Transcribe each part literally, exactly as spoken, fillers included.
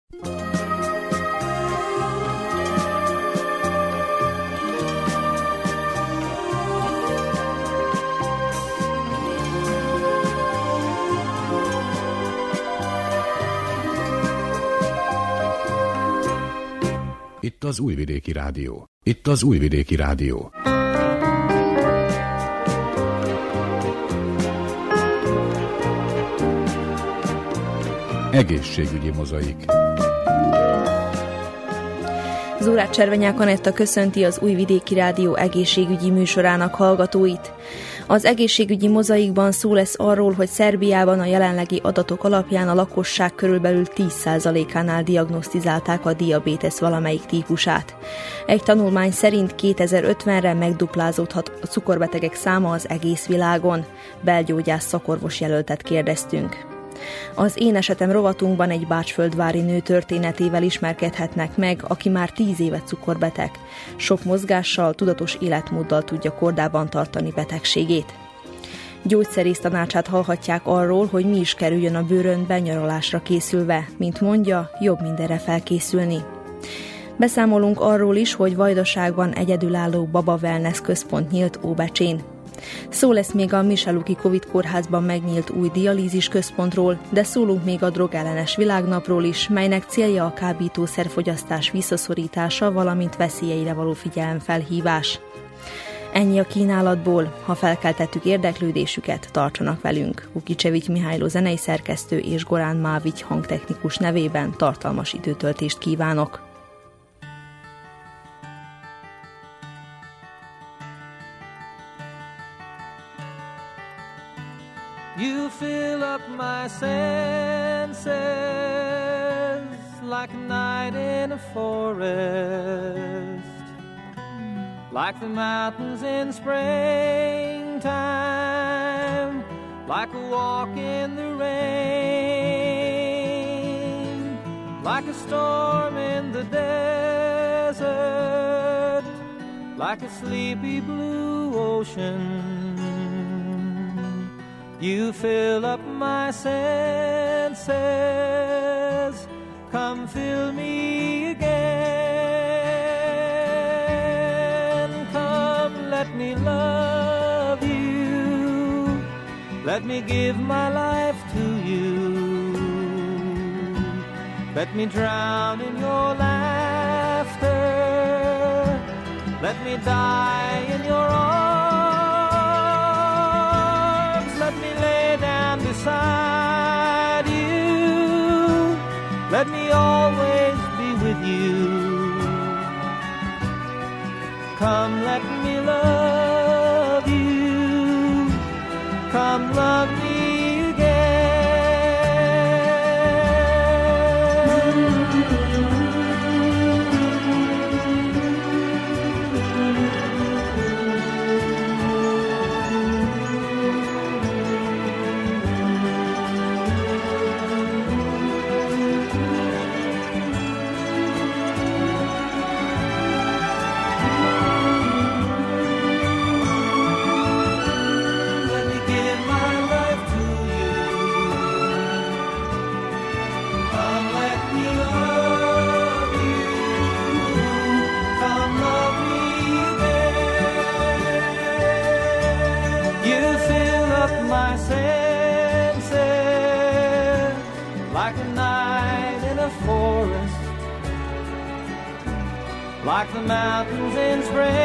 Itt az Újvidéki Rádió. Itt az Újvidéki Rádió. Egészségügyi mozaik. Zurát Cservenyák Anetta köszönti az Újvidéki Rádió egészségügyi műsorának hallgatóit. Az egészségügyi mozaikban szó lesz arról, hogy Szerbiában a jelenlegi adatok alapján a lakosság körülbelül tíz százalékánál diagnosztizálták a diabétesz valamelyik típusát. Egy tanulmány szerint kétezer-ötvenre megduplázódhat a cukorbetegek száma az egész világon. Belgyógyász szakorvos jelöltet kérdeztünk. Az Én esetem rovatunkban egy bácsföldvári nő történetével ismerkedhetnek meg, aki már tíz éve cukorbeteg. Sok mozgással, tudatos életmóddal tudja kordában tartani betegségét. Gyógyszerész tanácsát hallhatják arról, hogy mi is kerüljön a bőröntbe nyaralásra készülve. Mint mondja, jobb mindenre felkészülni. Beszámolunk arról is, hogy Vajdaságban egyedülálló Baba Wellness központ nyílt Óbecsén. Szó lesz még a Miseluki Covid kórházban megnyílt új dialízis központról, de szólunk még a drogellenes világnapról is, melynek célja a kábítószerfogyasztás visszaszorítása, valamint veszélyeire való figyelemfelhívás. Ennyi a kínálatból, ha felkeltettük érdeklődésüket, tartsanak velünk. Ukicsevics Mihályló zenei szerkesztő és Gorán Mávics hangtechnikus nevében tartalmas időtöltést kívánok. You fill up my senses like a night in a forest, like the mountains in springtime, like a walk in the rain, like a storm in the desert, like a sleepy blue ocean. You fill up my senses, come fill me again. Come, let me love you, let me give my life to you. Let me drown in your laughter, let me die in your arms. Let me lay down beside you, let me always be with you. Come, let me love you, come love me again. Like the mountains in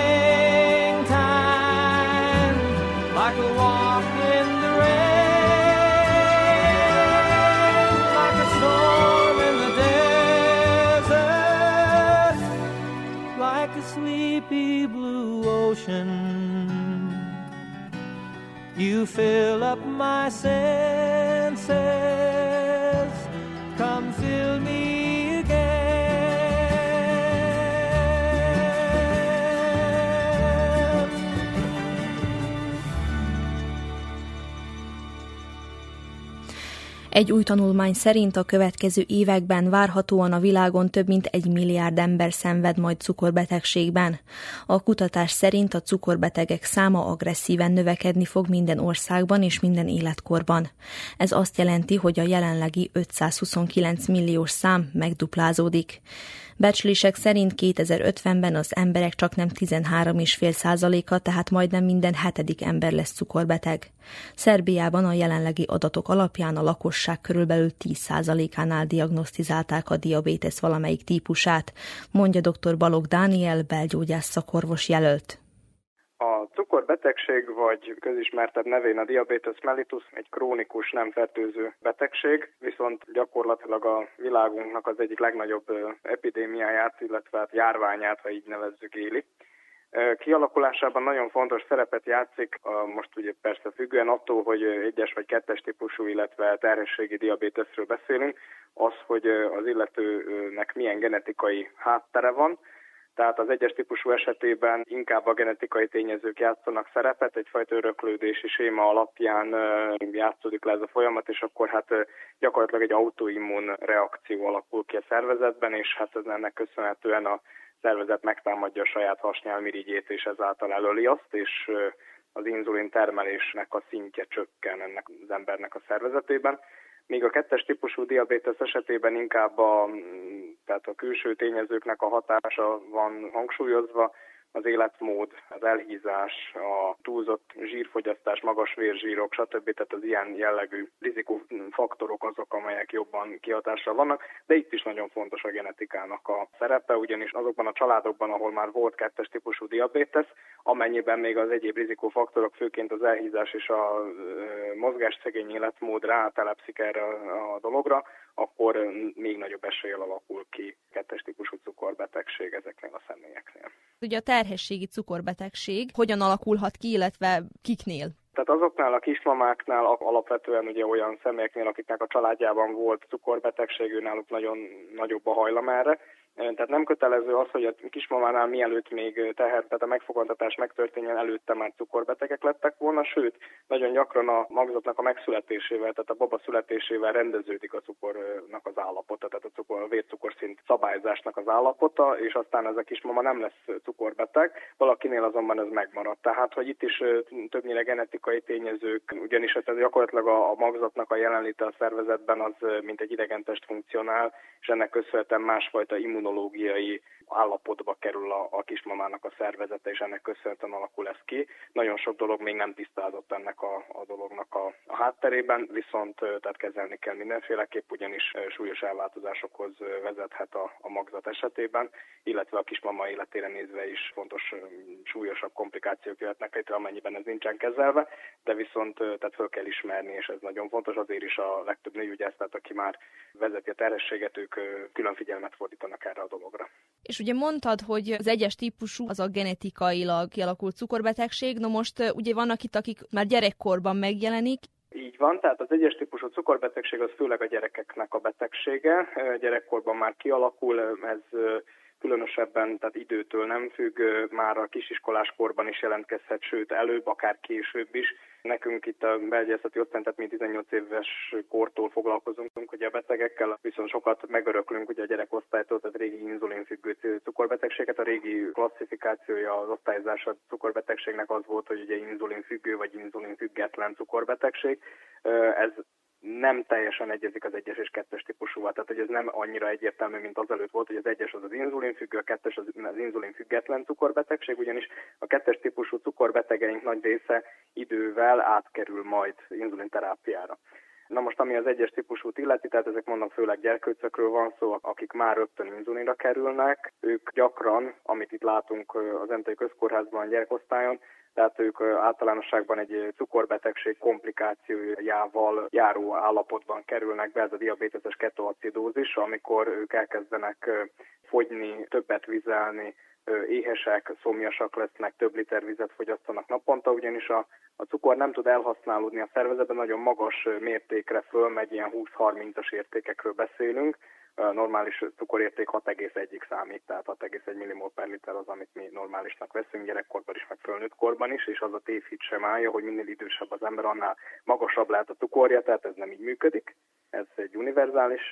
springtime, like a walk in the rain, like a storm in the desert, like a sleepy blue ocean. You fill up my senses, come fill me Egy új tanulmány szerint a következő években várhatóan a világon több mint egy milliárd ember szenved majd cukorbetegségben. A kutatás szerint a cukorbetegek száma agresszíven növekedni fog minden országban és minden életkorban. Ez azt jelenti, hogy a jelenlegi ötszázhuszonkilenc milliós szám megduplázódik. Becslések szerint kétezer-ötvenben az emberek csaknem tizenhárom egész öt százaléka, tehát majdnem minden hetedik ember lesz cukorbeteg. Szerbiában a jelenlegi adatok alapján a lakosság körülbelül tíz százalékánál diagnosztizálták a diabétesz valamelyik típusát, mondja dr. Balogh Dániel, belgyógyász szakorvos jelölt. A cukorbetegség, vagy közismertebb nevén a diabetes mellitus egy krónikus, nem fertőző betegség, viszont gyakorlatilag a világunknak az egyik legnagyobb epidémiáját, illetve hát járványát, ha így nevezzük, éli. Kialakulásában nagyon fontos szerepet játszik, most ugye persze függően attól, hogy egyes vagy kettes típusú, illetve terhességi diabéteszről beszélünk, az, hogy az illetőnek milyen genetikai háttere van. Tehát az egyes típusú esetében inkább a genetikai tényezők játszanak szerepet, egyfajta öröklődési séma alapján játszódik le ez a folyamat, és akkor hát gyakorlatilag egy autoimmun reakció alakul ki a szervezetben, és hát ennek köszönhetően a szervezet megtámadja a saját hasnyálmirigyét, és ezáltal elöli azt, és az inzulin termelésnek a szintje csökken ennek az embernek a szervezetében. Míg a kettes típusú diabétesz esetében inkább a, tehát a külső tényezőknek a hatása van hangsúlyozva, az életmód, az elhízás, a túlzott zsírfogyasztás, magas vérzsírok, stb. Tehát az ilyen jellegű rizikófaktorok azok, amelyek jobban kihatásra vannak, de itt is nagyon fontos a genetikának a szerepe, ugyanis azokban a családokban, ahol már volt kettes típusú diabétesz, amennyiben még az egyéb rizikófaktorok, főként az elhízás és a mozgásszegény életmód rátelepszik erre a dologra, akkor még nagyobb eséllyel alakul ki kettes típusú cukorbetegség ezeknél a személyeknél. Ugye a terhességi cukorbetegség hogyan alakulhat ki, illetve kiknél? Tehát azoknál a kismamáknál, alapvetően ugye olyan személyeknél, akiknek a családjában volt cukorbetegség, náluk nagyon nagyobb a hajlam erre. Tehát nem kötelező az, hogy a kismamánál mielőtt még teher, tehát a megfogantatás megtörténjen, előtte már cukorbetegek lettek volna, sőt, nagyon gyakran a magzatnak a megszületésével, tehát a baba születésével rendeződik a cukornak az állapota, tehát a, cukor, a vércukorszint szabályzásnak az állapota, és aztán ez a kismama nem lesz cukorbeteg, valakinél azonban ez megmarad. Tehát, hogy itt is többnyire genetikai tényezők, ugyanis ez gyakorlatilag a, a magzatnak a jelenléte a szervezetben az mint egy idegentest funkcionál, és ennek köszönhetően másfajta immunológiai állapotba kerül a, a kismamának a szervezete, és ennek köszönhetően alakul ez ki. Nagyon sok dolog még nem tisztázott ennek a, a dolognak a, a hátterében, viszont tehát kezelni kell mindenféleképp, ugyanis súlyos elváltozásokhoz vezethet a, a magzat esetében, illetve a kismama életére nézve is fontos súlyosabb komplikációk jöhetnek létre, amennyiben ez nincsen kezelve, de viszont tehát föl kell ismerni, és ez nagyon fontos, azért is a legtöbb nőgyógyász, tehát aki már vezeti a terhességet, ők külön figyelmet fordítanak erre a dologra. És ugye mondtad, hogy az egyes típusú az a genetikailag kialakult cukorbetegség, no most ugye vannak itt, akik már gyerekkorban megjelenik. Így van, tehát az egyes típusú cukorbetegség az főleg a gyerekeknek a betegsége, gyerekkorban már kialakul, ez különösebben, tehát időtől nem függ, már a kisiskolás korban is jelentkezhet, sőt előbb, akár később is. Nekünk itt a belgyógyászati osztályon, tehát mi tizennyolc éves kortól foglalkozunk ugye a betegekkel, viszont sokat megöröklünk ugye a gyerekosztálytól, tehát régi inzulinfüggő cukorbetegséget. A régi klasszifikációja az osztályozása a cukorbetegségnek az volt, hogy ugye inzulinfüggő vagy inzulinfüggetlen cukorbetegség. Ez nem teljesen egyezik az egyes és kettes típusúval, tehát hogy ez nem annyira egyértelmű, mint azelőtt volt, hogy az egyes az az inzulinfüggő, a kettes az, az inzulinfüggetlen cukorbetegség, ugyanis a kettes típusú cukorbetegeink nagy része idővel átkerül majd inzulinterápiára. Na most, ami az egyes típusút illeti, tehát ezek mondom főleg gyerkőcökről van szó, akik már rögtön inzulinra kerülnek, ők gyakran, amit itt látunk az Zentai Közkórházban a gyerekosztályon, tehát ők általánosságban egy cukorbetegség komplikációjával járó állapotban kerülnek be, ez a diabéteses ketoacidózis, amikor ők elkezdenek fogyni, többet vizelni, éhesek, szomjasak lesznek, több liter vizet fogyasztanak naponta, ugyanis a, a cukor nem tud elhasználódni a szervezetben, nagyon magas mértékre fölmegy, ilyen húsz-harmincas értékekről beszélünk, A normális cukorérték hat egész egy számít, tehát hat egész egy millimol per liter az, amit mi normálisnak veszünk gyerekkorban is, meg fölnőtt korban is, és az a tévhit sem állja, hogy minél idősebb az ember, annál magasabb lehet a cukorja, tehát ez nem így működik. Ez egy univerzális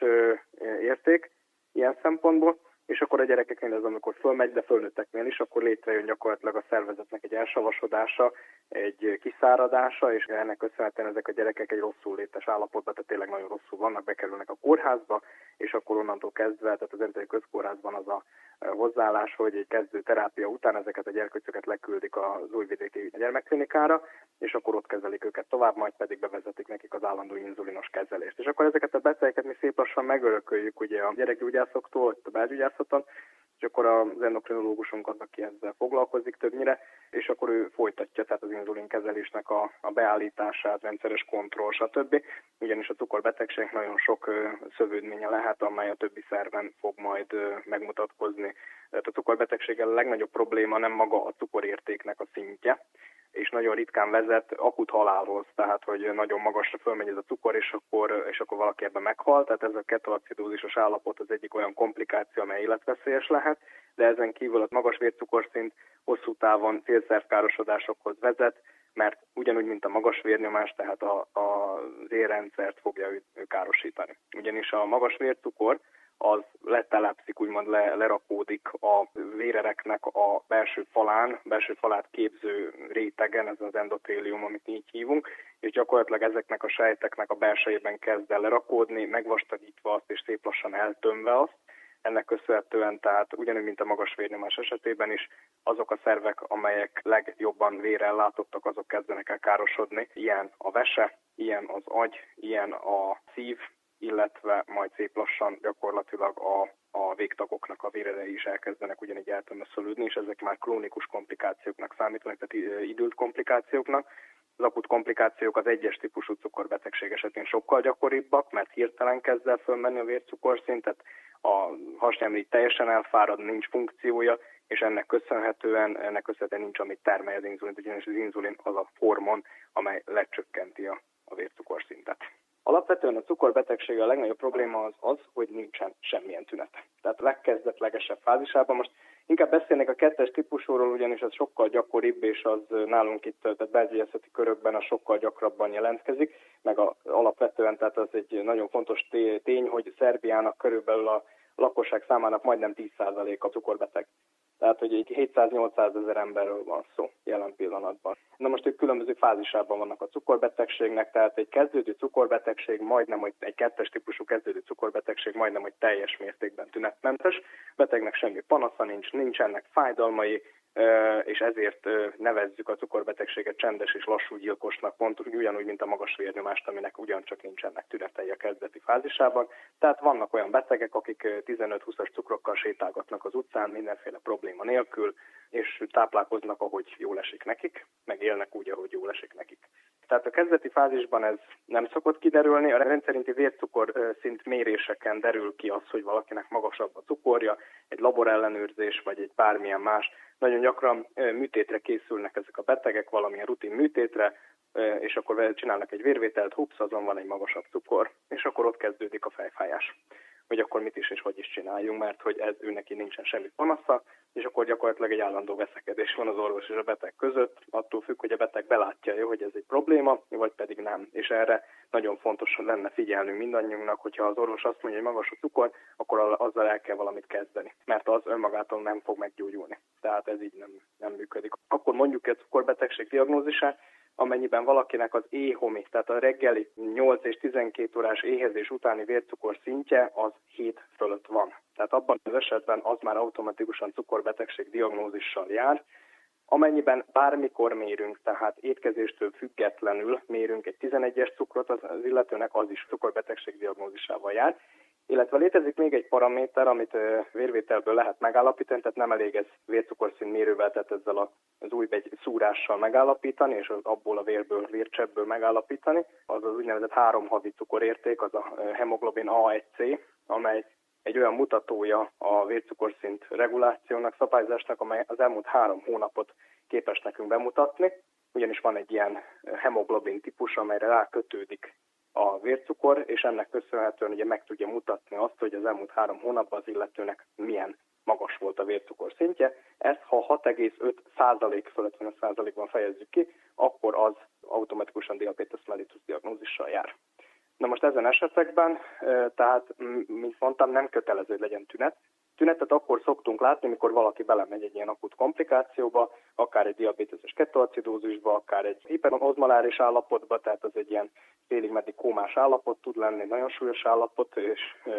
érték ilyen szempontból. És akkor a gyerekeknél ez, amikor fölmegy, de fölnőtteknél is, akkor létrejön gyakorlatilag a szervezetnek egy elsavasodása, egy kiszáradása, és ennek köszönhetően ezek a gyerekek egy rosszul létes állapotban, tehát tényleg nagyon rosszul vannak, bekerülnek a kórházba, és akkor onnantól kezdve, tehát az Emberi Közkórházban az a hozzáállás, hogy egy kezdő terápia után ezeket a gyerkőcöket leküldik az Újvidéki gyermekklinikára, és akkor ott kezelik őket tovább, majd pedig bevezetik nekik az állandó inzulinos kezelést. És akkor ezeket a betegeket mi szép lassan megörököljük ugye a gyerekgyógyászoktól, a belgyógyászaton, és akkor az endokrinológusunk az, aki ezzel foglalkozik többnyire, és akkor ő folytatja tehát az inzulinkezelésnek a, a beállítását, rendszeres kontroll, stb. Ugyanis a cukorbetegségnek nagyon sok ö, szövődménye lehet, amely a többi szerven fog majd ö, megmutatkozni. Tehát a cukorbetegséggel a legnagyobb probléma nem maga a cukorértéknek a szintje, és nagyon ritkán vezet akut halálhoz, tehát hogy nagyon magasra fölmegy ez a cukor, és akkor, és akkor valaki ebben meghal. Tehát ez a ketoacidózisos állapot az egyik olyan komplikáció, amely életveszélyes lehet, de ezen kívül a magas vércukorszint hosszú távon félszervkárosodásokhoz vezet, mert ugyanúgy, mint a magas vérnyomás, tehát a, a, az érrendszert fogja ő, ő károsítani. Ugyanis a magas vércukor az letelepszik, úgymond le, lerakódik a vérereknek a belső falán, belső falát képző rétegen, ez az endotélium, amit így hívunk, és gyakorlatilag ezeknek a sejteknek a belsejében kezd el lerakódni, megvastagítva azt és szép lassan eltömve azt. Ennek köszönhetően, tehát ugyanúgy, mint a magas vérnyomás esetében is, azok a szervek, amelyek legjobban vérellátottak, azok kezdenek el károsodni. Ilyen a vese, ilyen az agy, ilyen a szív, illetve majd szép lassan gyakorlatilag a, a végtagoknak a vérerei is elkezdenek ugyanígy eltömöszölődni, és ezek már krónikus komplikációknak számítanak, tehát időlt komplikációknak. Az akut komplikációk az egyes típusú cukorbetegség esetén sokkal gyakoribbak, mert hirtelen kezd el fölmenni a vércukorszintet, a hasnyálmirigy teljesen elfárad, nincs funkciója, és ennek köszönhetően, ennek köszönhetően nincs, amit termelj az inzulint, ugyanis az inzulin az a hormon, amely lecsökkenti a, a vércukorszintet. Alapvetően a cukorbetegsége a legnagyobb probléma az az, hogy nincsen semmilyen tünete. Tehát a legkezdetlegesebb fázisában. Most inkább beszélnék a kettes típusúról, ugyanis az sokkal gyakoribb, és az nálunk itt, tehát belgyógyászati körökben az sokkal gyakrabban jelentkezik, meg a, alapvetően tehát az egy nagyon fontos tény, hogy Szerbiának körülbelül a lakosság számának majdnem tíz százaléka cukorbeteg. Tehát, hogy egy hétszáz-nyolcszáz ezer emberről van szó jelen pillanatban. Na most ők különböző fázisában vannak a cukorbetegségnek, tehát egy kezdődő cukorbetegség majdnem, hogy egy kettes típusú kezdődő cukorbetegség majdnem, hogy teljes mértékben tünetmentes. Betegnek semmi panasza nincs, nincsenek fájdalmai, és ezért nevezzük a cukorbetegséget csendes és lassú gyilkosnak, pont ugyanúgy, mint a magas vérnyomást, aminek ugyancsak nincsenek tünetei a kezdeti fázisában. Tehát vannak olyan betegek, akik tizenöt-húszas cukrokkal sétálgatnak az utcán, mindenféle probléma nélkül, és táplálkoznak, ahogy jól esik nekik, meg élnek úgy, ahogy jól esik nekik. Tehát a kezdeti fázisban ez nem szokott kiderülni, a rendszerinti vércukor szint méréseken derül ki az, hogy valakinek magasabb a cukorja, egy laborellenőrzés vagy egy bármilyen más. Nagyon gyakran műtétre készülnek ezek a betegek, valamilyen rutin műtétre, és akkor csinálnak egy vérvételt, hups, azon van egy magasabb cukor, és akkor ott kezdődik a fejfájás. Hogy akkor mit is és hogy is csináljunk, mert hogy ez ő neki nincsen semmi panasza, és akkor gyakorlatilag egy állandó veszekedés van az orvos és a beteg között, attól függ, hogy a beteg belátja, hogy ez egy probléma, vagy pedig nem. És erre nagyon fontos lenne figyelnünk mindannyiunknak, hogyha az orvos azt mondja, hogy magas a cukor, akkor azzal el kell valamit kezdeni, mert az önmagától nem fog meggyógyulni. Tehát ez így nem, nem működik. Akkor mondjuk ki a cukorbetegség diagnózisát, amennyiben valakinek az éhomi, tehát a reggeli nyolc és tizenkét órás éhezés utáni vércukor szintje az hét fölött van. Tehát abban az esetben az már automatikusan cukorbetegség diagnózissal jár. Amennyiben bármikor mérünk, tehát étkezéstől függetlenül mérünk egy tizenegyes cukrot, az, az illetőnek az is cukorbetegség diagnózissával jár. Illetve létezik még egy paraméter, amit vérvételből lehet megállapítani, tehát nem elég ez vércukorszint mérővel, tehát ezzel az újbegy szúrással megállapítani, és abból a vérből, vércseppből megállapítani. Az az úgynevezett három havi cukorérték, az a hemoglobin á egy cé, amely egy olyan mutatója a vércukorszint regulációnak, szabályzásnak, amely az elmúlt három hónapot képes nekünk bemutatni, ugyanis van egy ilyen hemoglobin típus, amelyre rákötődik a vércukor, és ennek köszönhetően ugye meg tudja mutatni azt, hogy az elmúlt három hónapban az illetőnek milyen magas volt a vércukor szintje. Ezt, ha hat egész öt százalék fölött van a százalékban fejezzük ki, akkor az automatikusan diabetes mellitus diagnózissal jár. Na most ezen esetekben, tehát, mint mondtam, nem kötelező, hogy legyen tünet. Tünetet akkor szoktunk látni, mikor valaki belemegy egy ilyen akut komplikációba, akár egy diabéteses ketoacidózisba, akár egy hiperozmoláris állapotba, tehát az egy ilyen félig meddig kómás állapot tud lenni, nagyon súlyos állapot, és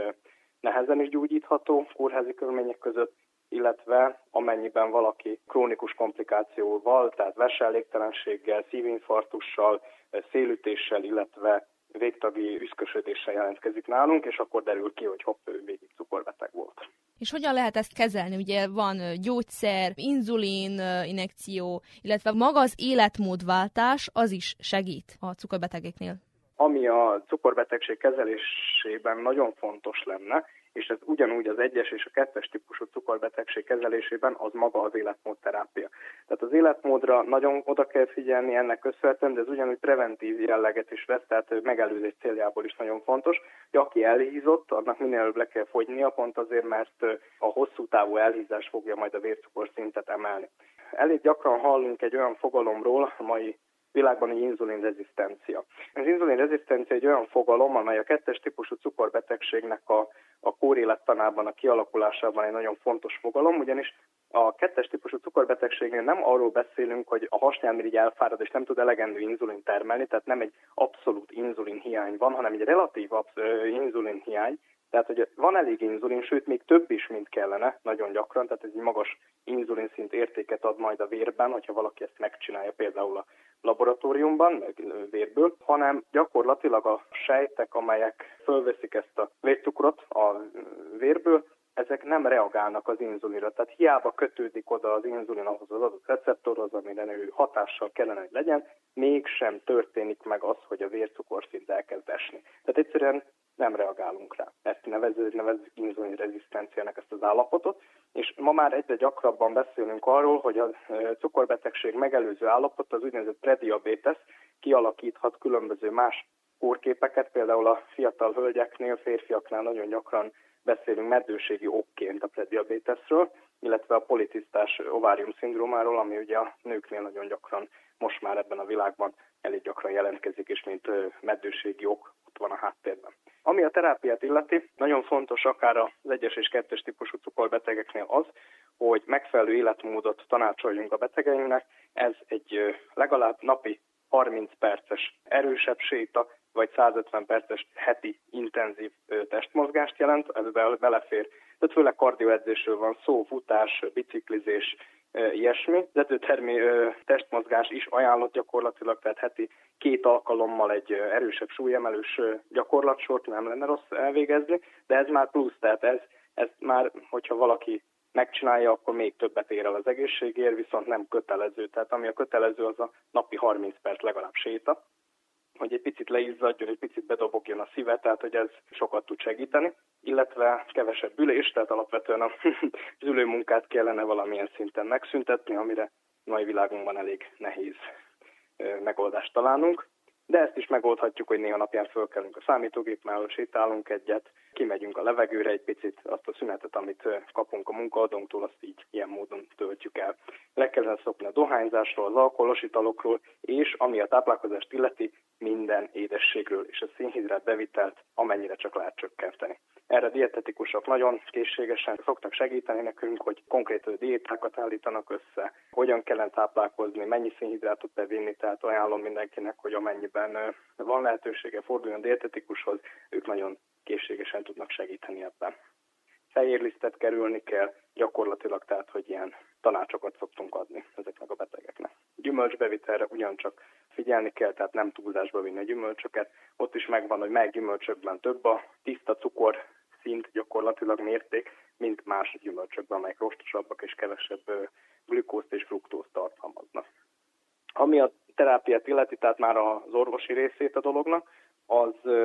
nehezen is gyógyítható kórházi körülmények között, illetve amennyiben valaki krónikus komplikációval, tehát veselégtelenséggel, szívinfarktussal, szélütéssel, illetve végtagi üszkösödéssel jelentkezik nálunk, és akkor derül ki, hogy hopp, ő végig cukorbeteg volt. És hogyan lehet ezt kezelni? Ugye van gyógyszer, inzulin injekció, illetve maga az életmódváltás, az is segít a cukorbetegeknél. Ami a cukorbetegség kezelésében nagyon fontos lenne, és ez ugyanúgy az egyes és a kettes típusú cukorbetegség kezelésében, az maga az életmódterápia. Tehát az életmódra nagyon oda kell figyelni ennek köszönhetően, de ez ugyanúgy preventív jelleget is vesz, tehát megelőzés céljából is nagyon fontos, hogy aki elhízott, annak minél előbb le kell fogynia, pont azért, mert a hosszú távú elhízás fogja majd a vércukorszintet emelni. Elég gyakran hallunk egy olyan fogalomról a mai világban, egy inzulinrezisztencia. Az inzulinrezisztencia egy olyan fogalom, amely a kettes típusú cukorbetegségnek a, a kórélettanában, a kialakulásában egy nagyon fontos fogalom, ugyanis a kettes típusú cukorbetegségnél nem arról beszélünk, hogy a hasnyálmirigy elfárad és nem tud elegendő inzulin termelni, tehát nem egy abszolút inzulin hiány van, hanem egy relatív inzulin hiány. Tehát, hogy van elég inzulin, sőt, még több is, mint kellene, nagyon gyakran, tehát ez egy magas inzulinszint értéket ad majd a vérben, hogyha valaki ezt megcsinálja például a laboratóriumban, meg vérből, hanem gyakorlatilag a sejtek, amelyek fölveszik ezt a vércukrot a vérből, ezek nem reagálnak az inzulinra. Tehát hiába kötődik oda az inzulin ahhoz az adott receptorhoz, amire ő hatással kellene, hogy legyen, mégsem történik meg az, hogy a vércukorszint elkezd esni. Tehát egyszerűen nem reagálunk rá. Ezt nevezzük, nevezzük inzulinrezisztenciának ezt az állapotot, és ma már egyre gyakrabban beszélünk arról, hogy a cukorbetegség megelőző állapot, az úgynevezett prediabetes kialakíthat különböző más kórképeket, például a fiatal hölgyeknél, férfiaknál nagyon gyakran beszélünk meddőségi okként a prediabetesről, illetve a policisztás ovárium-szindrómáról, ami ugye a nőknél nagyon gyakran most már ebben a világban elég gyakran jelentkezik, és mint meddőségi ok ott van a háttérben. Ami a terápiát illeti, nagyon fontos akár az egyes és kettes típusú cukorbetegeknél az, hogy megfelelő életmódot tanácsoljunk a betegeinknek. Ez egy legalább napi harminc perces erősebb séta, vagy százötven perces heti intenzív testmozgást jelent, ez belefér. Tehát főleg kardioedzésről van szó, futás, biciklizés, ilyesmi. Az edzőtermi testmozgás is ajánlott gyakorlatilag, tehát heti két alkalommal egy erősebb súlyemelős gyakorlatsort nem lenne rossz elvégezni, de ez már plusz, tehát ez, ez már, hogyha valaki megcsinálja, akkor még többet ér el az egészségért, viszont nem kötelező. Tehát ami a kötelező, az a napi harminc perc legalább séta, hogy egy picit leizzadjon, egy picit bedobogjon a szíve, tehát hogy ez sokat tud segíteni, illetve kevesebb ülés, tehát alapvetően a ülőmunkát kellene valamilyen szinten megszüntetni, amire mai világunkban elég nehéz megoldást találnunk. De ezt is megoldhatjuk, hogy néha napján fölkelünk a számítógép mellől, sétálunk egyet, kimegyünk a levegőre egy picit, azt a szünetet, amit kapunk a munkaadónktól, azt így ilyen módon töltjük el. Le kellene szokni a dohányzásról, az alkoholos italokról, és ami a táplálkozást illeti, minden édességről és a szénhidrát bevitelt amennyire csak lehet csökkenteni. Erre dietetikusok nagyon készségesen szoktak segíteni nekünk, hogy konkrét diétákat állítanak össze, hogyan kellene táplálkozni, mennyi szénhidrátot bevinni, tehát ajánlom mindenkinek, hogy amennyiben van lehetősége, forduljon dietetikushoz, ők nagyon készségesen tudnak segíteni ebben. Fehérlisztet kerülni kell, gyakorlatilag tehát, hogy ilyen tanácsokat szoktunk adni ezeknek a betegeknek. Gyümölcsbevitelre ugyancsak figyelni kell, tehát nem túlzásba vinni a gyümölcsöket. Ott is megvan, hogy mely gyümölcsökben több a tiszta cukor szint, gyakorlatilag mérték, mint más gyümölcsökben, amelyek rostosabbak és kevesebb glükózt és fruktózt tartalmaznak. Ami a terápiát illeti, tehát már az orvosi részét a dolognak, az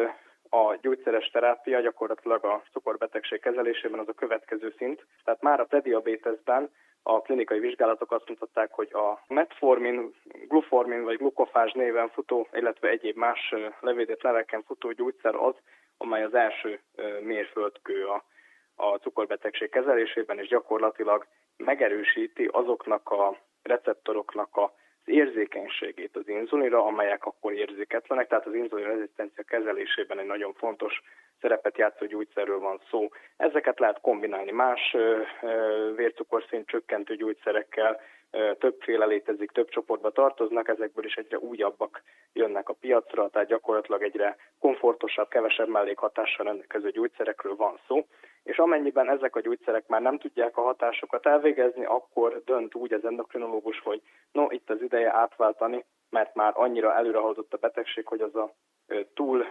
a gyógyszeres terápia gyakorlatilag a cukorbetegség kezelésében az a következő szint. Tehát már a prediabéteszben a klinikai vizsgálatok azt mutatták, hogy a metformin, gluformin vagy glukofázs néven futó, illetve egyéb más levédett leveken futó gyógyszer az, amely az első mérföldkő a, a cukorbetegség kezelésében, és gyakorlatilag megerősíti azoknak a receptoroknak a érzékenységét az inzulinra, amelyek akkor érzéketlenek, tehát az inzulinrezisztencia kezelésében egy nagyon fontos szerepet játszó gyógyszerről van szó. Ezeket lehet kombinálni más vércukorszint csökkentő gyógyszerekkel, többféle létezik, több csoportba tartoznak, ezekből is egyre újabbak jönnek a piacra, tehát gyakorlatilag egyre komfortosabb, kevesebb mellékhatással rendelkező gyógyszerekről van szó, és amennyiben ezek a gyógyszerek már nem tudják a hatásokat elvégezni, akkor dönt úgy az endokrinológus, hogy no, itt az ideje átváltani, mert már annyira előrehaladott a betegség, hogy az a túl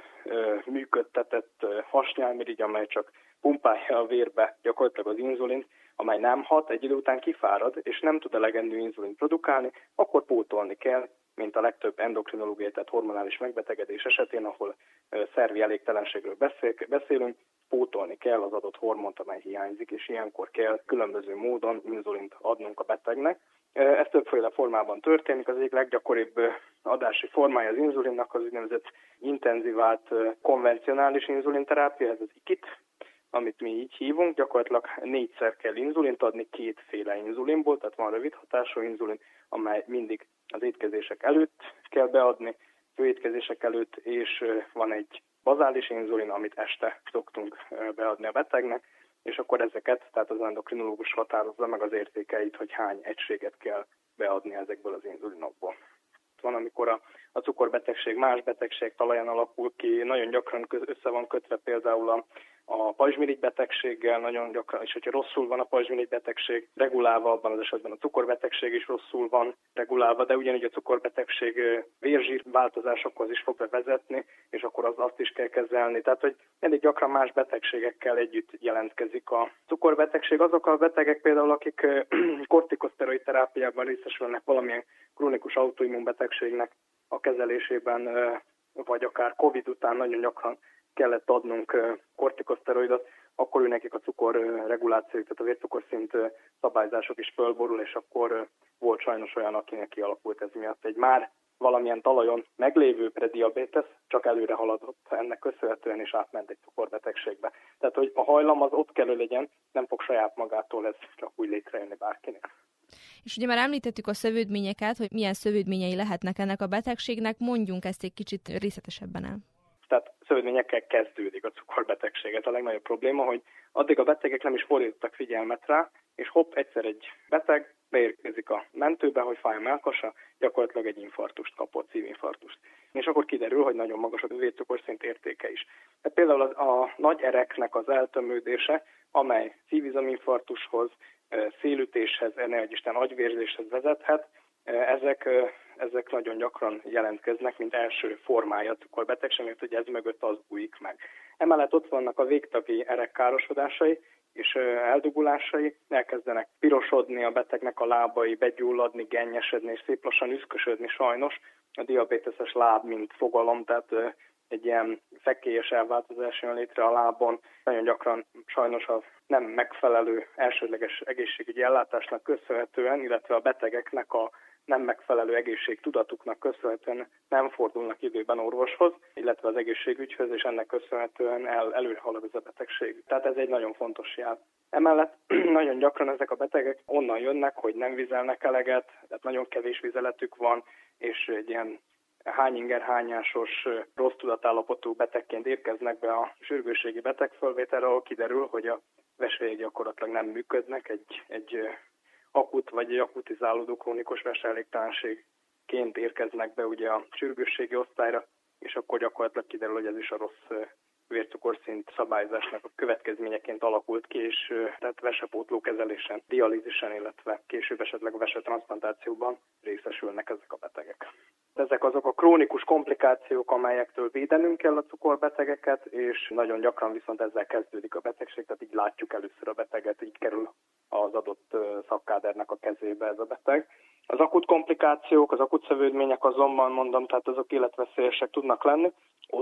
működtetett hasnyálmirigy, amely csak pumpálja a vérbe gyakorlatilag az inzulint, amely nem hat, egy idő után kifárad, és nem tud elegendő inzulint produkálni, akkor pótolni kell, mint a legtöbb endokrinológiai, tehát hormonális megbetegedés esetén, ahol szervi elégtelenségről beszél, beszélünk, pótolni kell az adott hormont, amely hiányzik, és ilyenkor kell különböző módon inzulint adnunk a betegnek. Ez többféle formában történik, az egyik leggyakoribb adási formája az inzulinnak az úgynevezett intenzívált konvencionális inzulinterápia, ez az i kit, amit mi így hívunk, gyakorlatilag négyszer kell inzulint adni, kétféle inzulinból, tehát van rövid hatású inzulin, amely mindig az étkezések előtt kell beadni, főétkezések előtt, és van egy bazális inzulin, amit este szoktunk beadni a betegnek, és akkor ezeket, tehát az endokrinológus határozza meg az értékeit, hogy hány egységet kell beadni ezekből az inzulinokból. Van, amikor a, a cukorbetegség más betegség talaján alakul ki, nagyon gyakran össze van kötve például a, a pajzsmirigy betegséggel, nagyon gyakran, és hogyha rosszul van a pajzsmirigy betegség regulálva, abban az esetben a cukorbetegség is rosszul van regulálva, de ugyanígy a cukorbetegség vérzsír változásokhoz is fog vezetni, és akkor az, azt is kell kezelni. Tehát, hogy elég gyakran más betegségekkel együtt jelentkezik a cukorbetegség. Azok a betegek például, akik kortikoszteroid terápiában részesülnek valamilyen krónikus autoimmunbetegségnek a kezelésében, vagy akár Covid után nagyon gyakran kellett adnunk kortikoszteroidot, akkor ő nekik a cukorregulációk, tehát a vércukorszint szabályzások is fölborul, és akkor volt sajnos olyan, akinek kialakult ez miatt egy már valamilyen talajon meglévő prediabétesz, csak előre haladott ennek köszönhetően, és átment egy cukorbetegségbe. Tehát, hogy a hajlam az ott kell, legyen, nem fog saját magától ez csak úgy létrejönni bárkinek. És ugye már említettük a szövődményeket, hogy milyen szövődményei lehetnek ennek a betegségnek, mondjunk ezt egy kicsit részletesebben el. Tehát szövődményekkel kezdődik a cukorbetegség. Ez a legnagyobb probléma, hogy addig a betegek nem is fordítottak figyelmet rá, és hopp, egyszer egy beteg beérkezik a mentőbe, hogy fáj a mellkasa, gyakorlatilag egy infarktust kapott, szívinfarktust. És akkor kiderül, hogy nagyon magas a vércukorszint értéke is. Tehát például az, a nagy ereknek az eltömődése, amely szívizominfarktushoz, szélütéshez, ne adj Isten agyvérzéshez vezethet, ezek, ezek nagyon gyakran jelentkeznek, mint első formája a cukorbetegségnek, hogy ez mögött az bújik meg. Emellett ott vannak a végtagi erek károsodásai és eldugulásai, elkezdenek pirosodni a betegnek a lábai, begyulladni, gennyesedni és szép lassan üszkösödni sajnos. A diabéteses láb, mint fogalom, tehát egy ilyen fekélyes elváltozás jön létre a lábon. Nagyon gyakran sajnos a nem megfelelő elsődleges egészségügyi ellátásnak köszönhetően, illetve a betegeknek a nem megfelelő egészségtudatuknak köszönhetően nem fordulnak időben orvoshoz, illetve az egészségügyhöz, és ennek köszönhetően el, előre halad ez a betegség. Tehát ez egy nagyon fontos jel. Emellett nagyon gyakran ezek a betegek onnan jönnek, hogy nem vizelnek eleget, tehát nagyon kevés vizeletük van, és egy ilyen hányinger hányásos, rossz tudatállapotú betegként érkeznek be a sürgősségi betegfölvételre, ahol kiderül, hogy a vesélyek gyakorlatilag nem működnek, egy, egy akut vagy egy akutizálódó krónikus veselégtelenségként érkeznek be ugye a sürgősségi osztályra, és akkor gyakorlatilag kiderül, hogy ez is a rossz vércukorszint szabályzásnak a következményeként alakult ki, és tehát vesepótló kezelésen, dialízisen, illetve később esetleg a vesetranszplantációban részesülnek ezek a betegek. Ezek azok a krónikus komplikációk, amelyektől védenünk kell a cukorbetegeket, és nagyon gyakran viszont ezzel kezdődik a betegség, tehát így látjuk először a beteget, így kerül az adott szakkádernek a kezébe ez a beteg. Az akut komplikációk, az akut szövődmények azonban mondom, tehát azok életveszélyesek tudnak lenni. Ott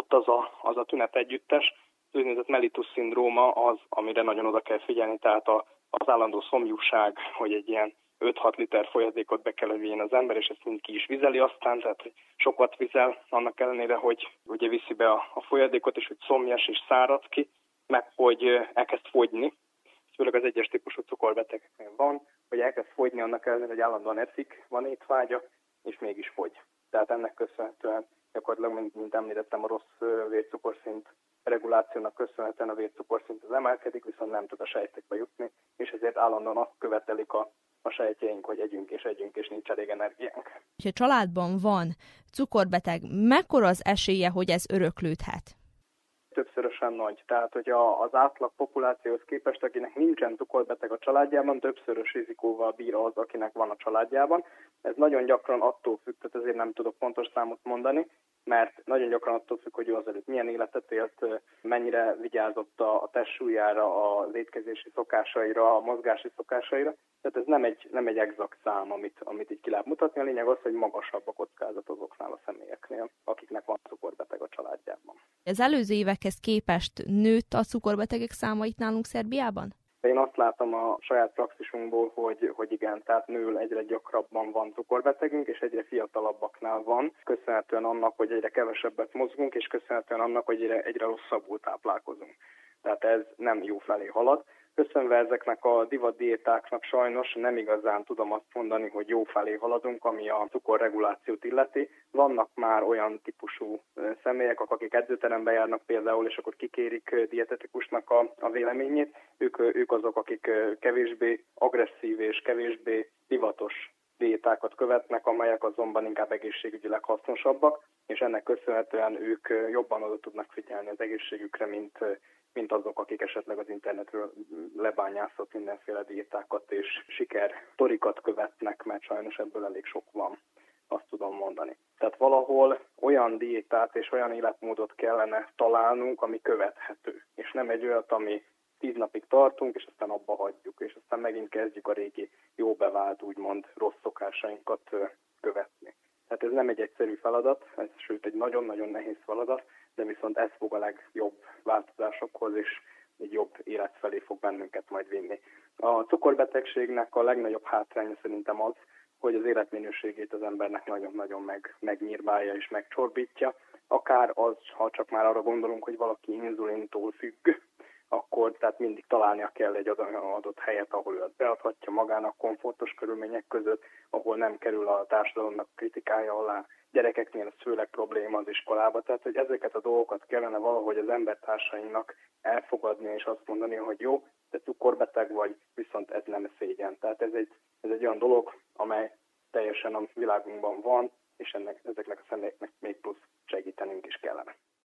ott az a, az a tünet együttes, az úgynevezett mellitus-szindróma az, amire nagyon oda kell figyelni, tehát a, az állandó szomjúság, hogy egy ilyen öt-hat liter folyadékot be kell, hogy vigyen az ember, és ezt mind ki is vizeli aztán, tehát hogy sokat vizel, annak ellenére, hogy ugye viszi be a, a folyadékot, és hogy szomjas és szárad ki, meg hogy elkezd fogyni. Főleg az egyes típusú cukorbetegeknél van, hogy elkezd fogyni annak ellenére, hogy állandóan eszik, van étvágya, és mégis fogy. Tehát ennek köszönhetően gyakorlatilag, mint, mint említettem, a rossz vércukorszint regulációnak köszönhetően a vércukorszint az emelkedik, viszont nem tud a sejtekbe jutni, és ezért állandóan azt követelik a, a sejtjeink, hogy együnk és együnk, és nincs elég energiánk. Ha családban van cukorbeteg, mekkora az esélye, hogy ez öröklődhet? Többszörösen nagy. Tehát, hogy az átlag populációhoz képest, akinek nincsen cukorbeteg a családjában, többszörös rizikóval bír az, akinek van a családjában. Ez nagyon gyakran attól függ, tehát ezért nem tudok pontos számot mondani, mert nagyon gyakran attól függ, hogy ő azelőtt milyen életet élt, mennyire vigyázott a testsúlyára, az étkezési szokásaira, a mozgási szokásaira. Tehát ez nem egy, nem egy exakt szám, amit, amit így ki lehet mutatni. A lényeg az, hogy magasabb a kockázat azoknál a személyeknél, akiknek van cukorbeteg a családjában. Az előző évekhez képest nőtt a cukorbetegek száma itt nálunk Szerbiában? Én azt látom a saját praxisunkból, hogy, hogy igen, tehát nő, egyre gyakrabban van cukorbetegünk, és egyre fiatalabbaknál van, köszönhetően annak, hogy egyre kevesebbet mozgunk, és köszönhetően annak, hogy egyre, egyre rosszabbul táplálkozunk. Tehát ez nem jó felé halad. Köszönve ezeknek a divatdiétáknak sajnos nem igazán tudom azt mondani, hogy jó felé haladunk, ami a cukorregulációt illeti. Vannak már olyan típusú személyek, akik edzőterembe járnak például, és akkor kikérik dietetikusnak a, a véleményét. Ők, ők azok, akik kevésbé agresszív és kevésbé divatos diétákat követnek, amelyek azonban inkább egészségügyileg hasznosabbak, és ennek köszönhetően ők jobban oda tudnak figyelni az egészségükre, mint mint azok, akik esetleg az internetről lebányászott mindenféle diétákat és siker torikat követnek, mert sajnos ebből elég sok van, azt tudom mondani. Tehát valahol olyan diétát és olyan életmódot kellene találnunk, ami követhető, és nem egy olyat, ami tíz napig tartunk, és aztán abba hagyjuk, és aztán megint kezdjük a régi jó bevált, úgymond rossz szokásainkat követni. Tehát ez nem egy egyszerű feladat, ez sőt egy nagyon-nagyon nehéz feladat, de viszont ez fog a legjobb változásokhoz, és egy jobb élet felé fog bennünket majd vinni. A cukorbetegségnek a legnagyobb hátránya szerintem az, hogy az életminőségét az embernek nagyon-nagyon meg, megnyírbálja és megcsorbítja. Akár az, ha csak már arra gondolunk, hogy valaki inzulintól függ, akkor tehát mindig találnia kell egy adott helyet, ahol ő azt beadhatja magának komfortos körülmények között, ahol nem kerül a társadalomnak kritikája alá. Gyerekeknél ez főleg probléma az iskolába, tehát hogy ezeket a dolgokat kellene valahogy az embertársainknak elfogadni és azt mondani, hogy jó, te cukorbeteg vagy, viszont ez nem szégyen. Tehát ez egy, ez egy olyan dolog, amely teljesen a világunkban van, és ennek, ezeknek a személyeknek még plusz segítenünk is kellene.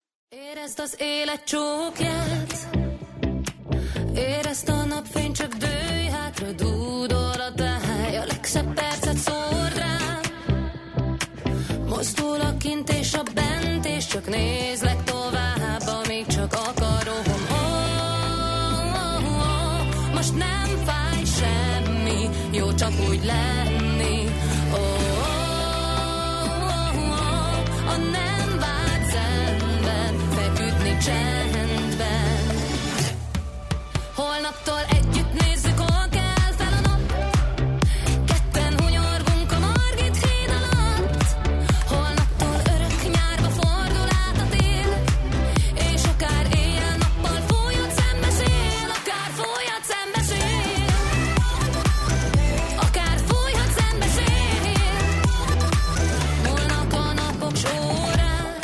Érezd az élet csókját, érezd a napfény, csak dőj hátra, dúdol a táj, a legszebb percet szórd rám. Mozdul a kint és a bent, és csak nézlek tovább, amíg csak akarom. Oh, oh, oh, most nem fáj semmi, jó csak úgy lenni. Oh, oh, oh, oh, a nem vált szemben, feküdni csendben. Holnaptól együtt nézzük, hol kell fel a nap. Ketten hunyorgunk a Margit híd alatt. Holnaptól örök nyárba fordul át a tél, és akár éjjel-nappal fújhat szembeszél, akár fújhat szembeszél, akár fújhat szembeszél. Múlnak a napok során,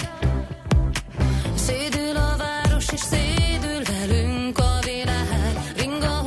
szédül a város és szédül velünk a világ. Ring a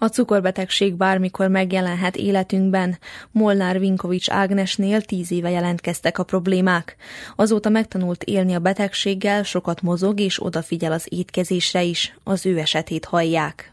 A cukorbetegség bármikor megjelenhet életünkben. Molnár Vinkovics Ágnesnél tíz éve jelentkeztek a problémák. Azóta megtanult élni a betegséggel, sokat mozog és odafigyel az étkezésre is. Az ő esetét hallják.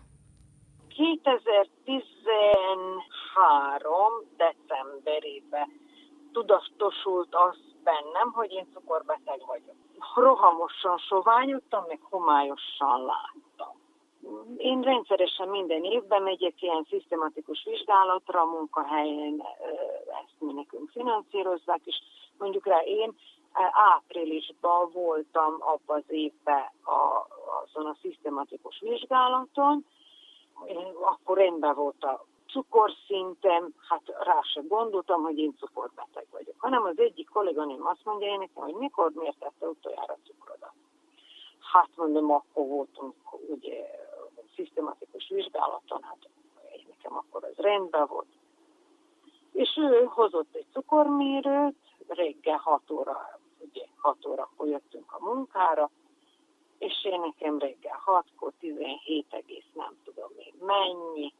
kétezer-tizenhárom decemberében tudatosult az bennem, hogy én cukorbeteg vagyok. Rohamosan soványodtam, meg homályosan láttam. Én rendszeresen minden évben megyek ilyen szisztematikus vizsgálatra, a munkahelyen ezt mi nekünk finanszírozzák, és mondjuk rá én áprilisban voltam abban az évben a, azon a szisztematikus vizsgálaton, akkor rendben volt a cukorszintem, hát rá sem gondoltam, hogy én cukorbeteg vagyok. Hanem az egyik kolléganőm azt mondja én nekem, hogy mikor mértette utoljára cukrodat. Hát mondom, akkor voltunk ugye szisztematikus vizsgálaton, hát én nekem akkor az rendben volt. És ő hozott egy cukormérőt, reggel hat óra, ugye hat órakor jöttünk a munkára, és én nekem reggel hatkor tizenhét egész nem tudom még mennyi.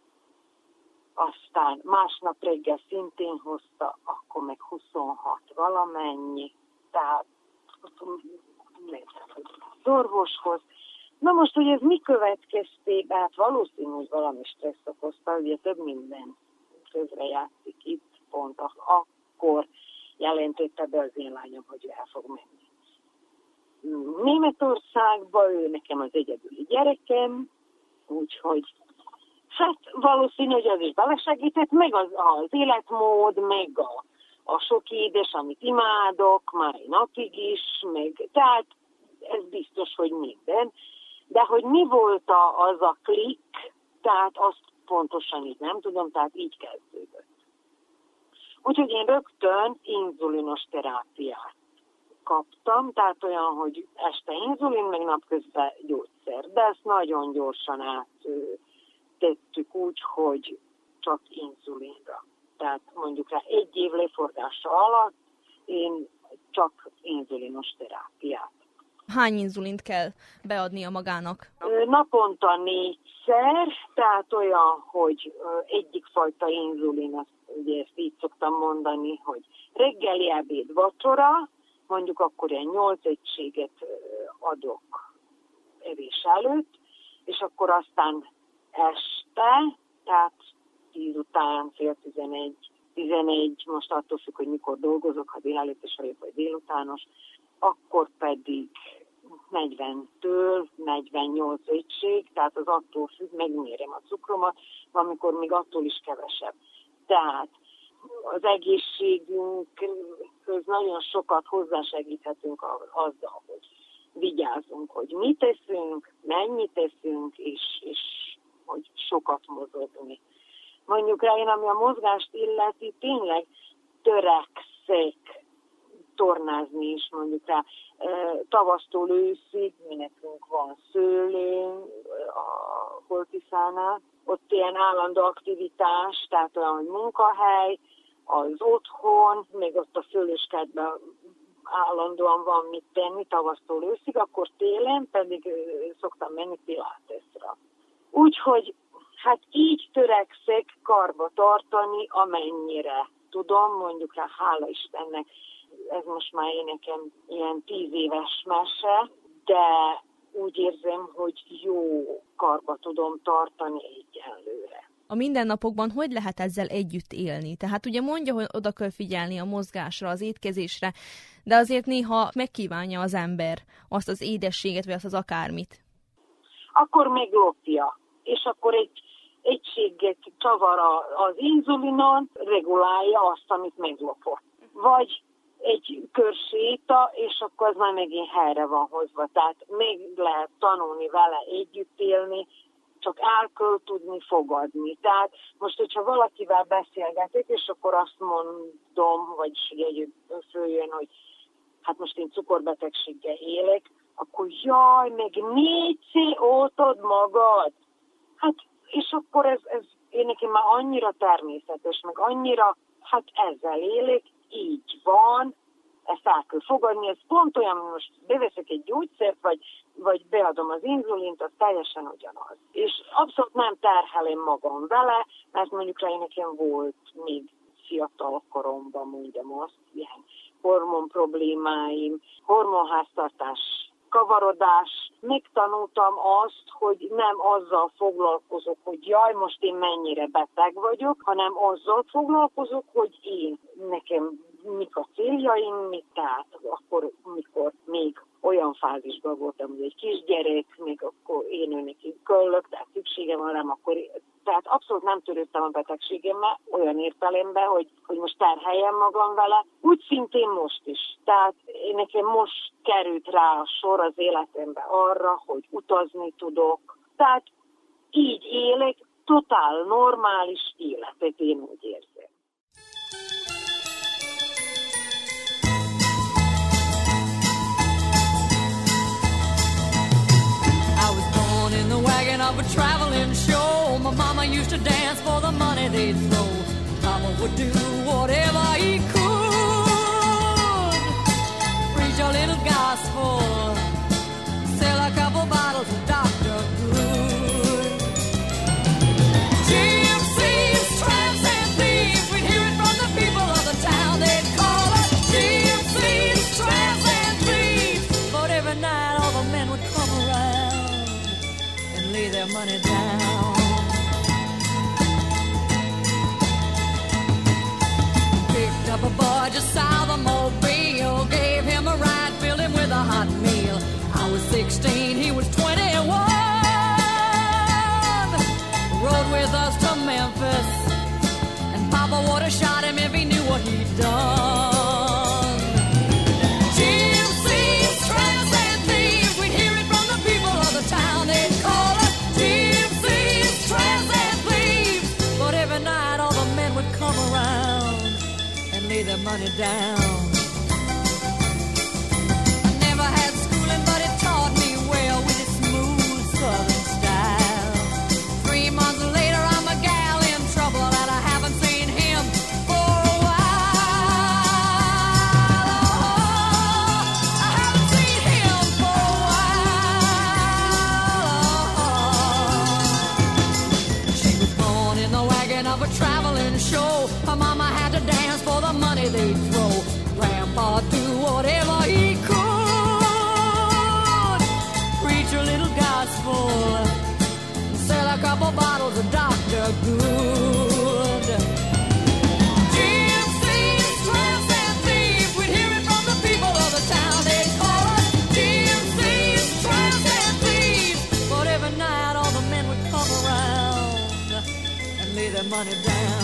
Aztán másnap reggel szintén hozta, akkor meg huszonhat valamennyi, tehát az orvoshoz. Na most, hogy ez mi következtében, hát valószínű, hogy valami stressz okozta, ugye több minden közrejátszik itt, pont akkor jelentette be az én lányom, hogy ő el fog menni. Németországban ő nekem az egyedüli gyerekem, úgyhogy hát valószínű, hogy az is belesegített, meg az, az életmód, meg a, a sok édes, amit imádok, már napig is, meg, tehát ez biztos, hogy minden. De hogy mi volt a, az a klik, tehát azt pontosan így nem tudom, tehát így kezdődött. Úgyhogy én rögtön inzulinos terápiát kaptam, tehát olyan, hogy este inzulin, meg napközben gyógyszer. De ezt nagyon gyorsan áttettük úgy, hogy csak inzulinra. Tehát mondjuk rá egy év leforgása alatt én csak inzulinos terápiát. Hány inzulint kell beadnia magának? Naponta négyszer, tehát olyan, hogy egyik fajta inzulin, azt, ugye ezt így szoktam mondani, hogy reggeli, ebéd, vacsora, mondjuk akkor ilyen nyolc egységet adok evés előtt, és akkor aztán este, tehát tíz után, fél tizenegy, tizenegy, most attól függ, hogy mikor dolgozok, ha délelőttes vagyok, vagy délutános, akkor pedig negyventől negyvennyolc egység, tehát az attól függ, megmérem a cukromat, amikor még attól is kevesebb. Tehát az egészségünkhöz nagyon sokat hozzásegíthetünk azzal, hogy vigyázzunk, hogy mit teszünk, mennyit teszünk, és, és hogy sokat mozogni. Mondjuk rá én, ami a mozgást illeti, tényleg törekszek tornázni is, mondjuk rá tavasztól őszig, mi nekünk van szőlőnk a Holtiszánál, ott ilyen állandó aktivitás, tehát olyan, hogy munkahely, az otthon, még ott a szőlőskertben állandóan van mit tenni tavasztól őszig, akkor télen pedig szoktam menni piláteszra. Úgyhogy hát így törekszek karba tartani, amennyire tudom, mondjuk rá, hála Istennek, ez most már én nekem ilyen tíz éves mese, de úgy érzem, hogy jó karba tudom tartani egyenlőre. A mindennapokban hogy lehet ezzel együtt élni? Tehát ugye mondja, hogy oda kell figyelni a mozgásra, az étkezésre, de azért néha megkívánja az ember azt az édességet, vagy azt az akármit. Akkor meglopja, és akkor egy egységet csavar az inzulinon, regulálja azt, amit meglopott. Vagy egy kör séta, és akkor az már megint helyre van hozva. Tehát még lehet tanulni vele, együtt élni, csak el kell tudni fogadni. Tehát most, hogyha valakivel beszélgetek, és akkor azt mondom, vagyis egy följön, hogy hát most én cukorbetegséggel élek, akkor jaj, meg négyszer oltod magad. Hát, és akkor ez, ez én nekem már annyira természetes, meg annyira, hát ezzel élek, így van, ezt át kell fogadni, ez pont olyan, hogy most beveszek egy gyógyszert, vagy, vagy beadom az inzulint, az teljesen ugyanaz. És abszolút nem terhelem magam vele, mert mondjuk rá nekem volt még fiatal koromban, mondjam azt, ilyen hormon problémáim, hormonháztartás, kavarodás. Megtanultam azt, hogy nem azzal foglalkozok, hogy jaj, most én mennyire beteg vagyok, hanem azzal foglalkozok, hogy én, nekem mik a céljaim, mit, tehát akkor, mikor még olyan fázisban voltam, hogy egy kisgyerek, még akkor én őnek köllök, tehát szükségem van rám, akkor tehát abszolút nem törődtem a betegségemmel, olyan értelemben, hogy, hogy most terheljem magam vele, úgy szintén most is. Tehát nekem most került rá a sor az életemben arra, hogy utazni tudok. Tehát így élek, totál normális életet, én úgy érzem. Wagon of a traveling show. My mama used to dance for the money they'd throw. Papa would do whatever he could. Preach a little gospel, sell a couple bottles of Doctor Good. Gypsies, tramps and thieves, we'd hear it from the people of the town. They'd call us gypsies, tramps and thieves. But every night all the men would come around, lay their money down. Picked up a boy just south of Mobile, gave him a ride, filled him with a hot meal. I was sixteen, he was twenty-one. Rode with us to Memphis, and Papa would have shot him if he knew what he'd done. Gypsies, tramps and thieves, we'd hear it from the people of the town. They'd call us gypsies, tramps and thieves. But every night all the men would come around and lay their money down. I never had schooling, but it taught me well with its smooth southern style. Three months later I'm a gal in trouble, and I haven't seen him for a while. Oh, I haven't seen him for a while. She was born in the wagon of a traveling show. Her mama had to dance for the money they'd throw. Grandpa do whatever he could, preach a little gospel, sell a couple bottles of Doctor Good. Gypsies, tramps and thieves, we'd hear it from the people of the town. They'd call us gypsies, tramps and thieves. But every night all the men would come around and lay their money down.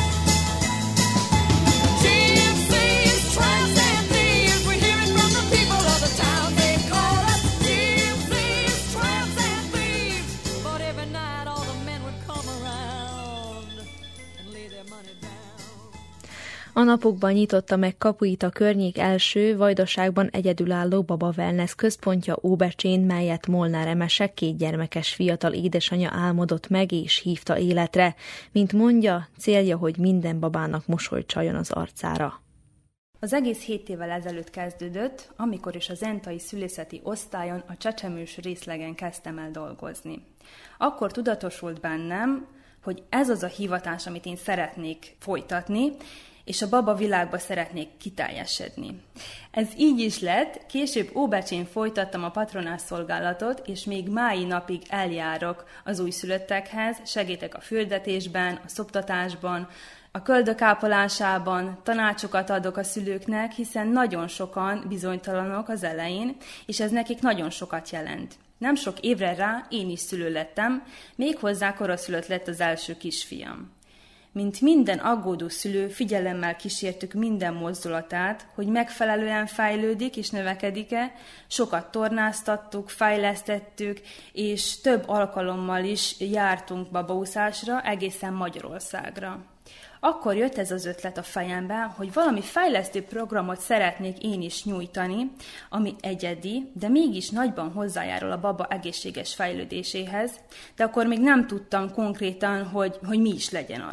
Gypsies, tramps and thieves, we'd hear it from the people of the town. They'd call us gypsies, tramps and thieves. But every night all the men would come around and lay their money down. A napokban nyitotta meg kapuit a környék első, Vajdaságban egyedülálló Baba Wellness központja Óbecsén, melyet Molnár Emese két gyermekes fiatal édesanyja álmodott meg és hívta életre. Mint mondja, célja, hogy minden babának mosolyt csajjon az arcára. Az egész hét évvel ezelőtt kezdődött, amikor is a zentai szülészeti osztályon a csecsemős részlegen kezdtem el dolgozni. Akkor tudatosult bennem, hogy ez az a hivatás, amit én szeretnék folytatni, és a baba világba szeretnék kiteljesedni. Ez így is lett, később Óbecsén folytattam a patronás szolgálatot, és még mái napig eljárok az újszülöttekhez, segítek a fürdetésben, a szoptatásban, a köldök ápolásában, tanácsokat adok a szülőknek, hiszen nagyon sokan bizonytalanok az elején, és ez nekik nagyon sokat jelent. Nem sok évre rá én is szülő lettem, méghozzá koraszülött lett az első kisfiam. Mint minden aggódó szülő, figyelemmel kísértük minden mozdulatát, hogy megfelelően fejlődik és növekedik-e, sokat tornáztattuk, fejlesztettük, és több alkalommal is jártunk babaúszásra, egészen Magyarországra. Akkor jött ez az ötlet a fejembe, hogy valami fejlesztő programot szeretnék én is nyújtani, ami egyedi, de mégis nagyban hozzájárul a baba egészséges fejlődéséhez, de akkor még nem tudtam konkrétan, hogy, hogy mi is legyen az.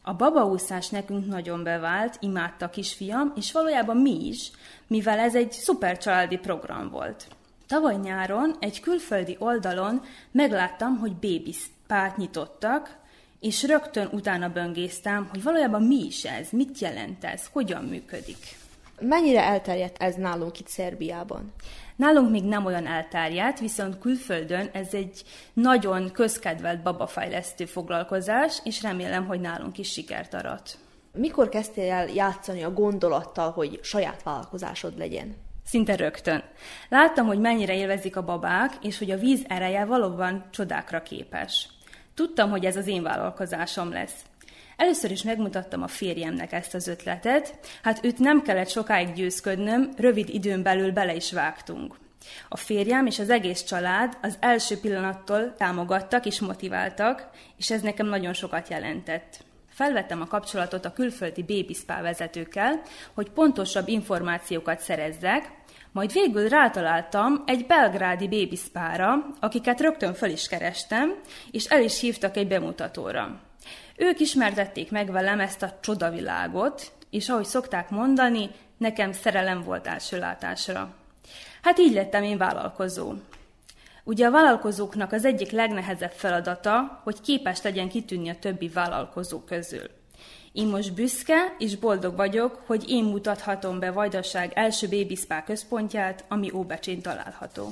A babaúszás nekünk nagyon bevált, imádta a kisfiam, és valójában mi is, mivel ez egy szuper családi program volt. Tavaly nyáron egy külföldi oldalon megláttam, hogy bébiszpát nyitottak, és rögtön utána böngésztem, hogy valójában mi is ez, mit jelent ez, hogyan működik. Mennyire elterjedt ez nálunk itt Szerbiában? Nálunk még nem olyan elterjedt, viszont külföldön ez egy nagyon közkedvelt babafejlesztő foglalkozás, és remélem, hogy nálunk is sikert arat. Mikor kezdtél el játszani a gondolattal, hogy saját vállalkozásod legyen? Szinte rögtön. Láttam, hogy mennyire élvezik a babák, és hogy a víz ereje valóban csodákra képes. Tudtam, hogy ez az én vállalkozásom lesz. Először is megmutattam a férjemnek ezt az ötletet, hát őt nem kellett sokáig győzködnöm, rövid időn belül bele is vágtunk. A férjem és az egész család az első pillanattól támogattak és motiváltak, és ez nekem nagyon sokat jelentett. Felvettem a kapcsolatot a külföldi bébiszpá vezetőkkel, hogy pontosabb információkat szerezzek, majd végül rátaláltam egy belgrádi bébiszpára, akiket rögtön föl is kerestem, és el is hívtak egy bemutatóra. Ők ismertették meg velem ezt a csodavilágot, és ahogy szokták mondani, nekem szerelem volt első látásra. Hát így lettem én vállalkozó. Ugye a vállalkozóknak az egyik legnehezebb feladata, hogy képes legyen kitűnni a többi vállalkozó közül. Én most büszke és boldog vagyok, hogy én mutathatom be Vajdaság első bébiszpá központját, ami Óbecsén található.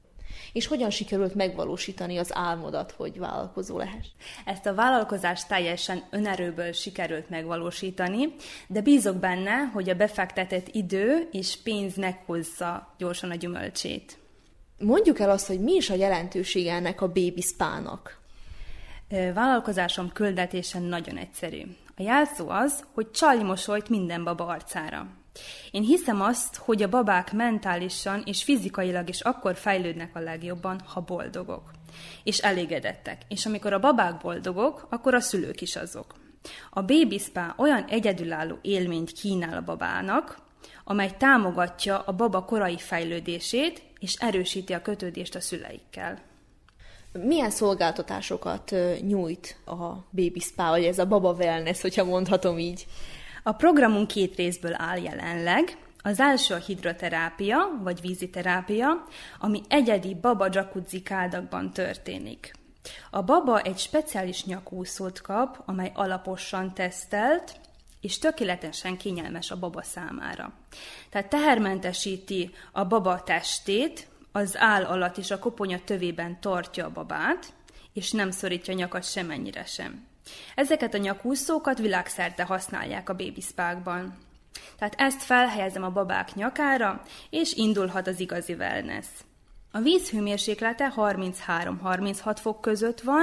És hogyan sikerült megvalósítani az álmodat, hogy vállalkozó lehess? Ezt a vállalkozást teljesen önerőből sikerült megvalósítani, de bízok benne, hogy a befektetett idő és pénz meghozza gyorsan a gyümölcsét. Mondjuk el azt, hogy mi is a jelentősége ennek a bébiszpának. Vállalkozásom küldetésen nagyon egyszerű. A jelszó az, hogy csalj mosolyt minden baba arcára. Én hiszem azt, hogy a babák mentálisan és fizikailag is akkor fejlődnek a legjobban, ha boldogok. És elégedettek. És amikor a babák boldogok, akkor a szülők is azok. A bébiszpá olyan egyedülálló élményt kínál a babának, amely támogatja a baba korai fejlődését, és erősíti a kötődést a szüleikkel. Milyen szolgáltatásokat nyújt a bébiszpá, vagy ez a baba wellness, hogyha mondhatom így? A programunk két részből áll jelenleg. Az első a hidroterápia, vagy víziterápia, ami egyedi baba jacuzzi kádakban történik. A baba egy speciális nyakúszót kap, amely alaposan tesztelt, és tökéletesen kényelmes a baba számára. Tehát tehermentesíti a baba testét, az áll alatt és a koponya tövében tartja a babát, és nem szorítja a nyakat semennyire sem. Ezeket a nyakúszókat világszerte használják a bébiszpákban. Tehát ezt felhelyezem a babák nyakára, és indulhat az igazi wellness. A víz hőmérséklete harminchárom-harminchat fok között van,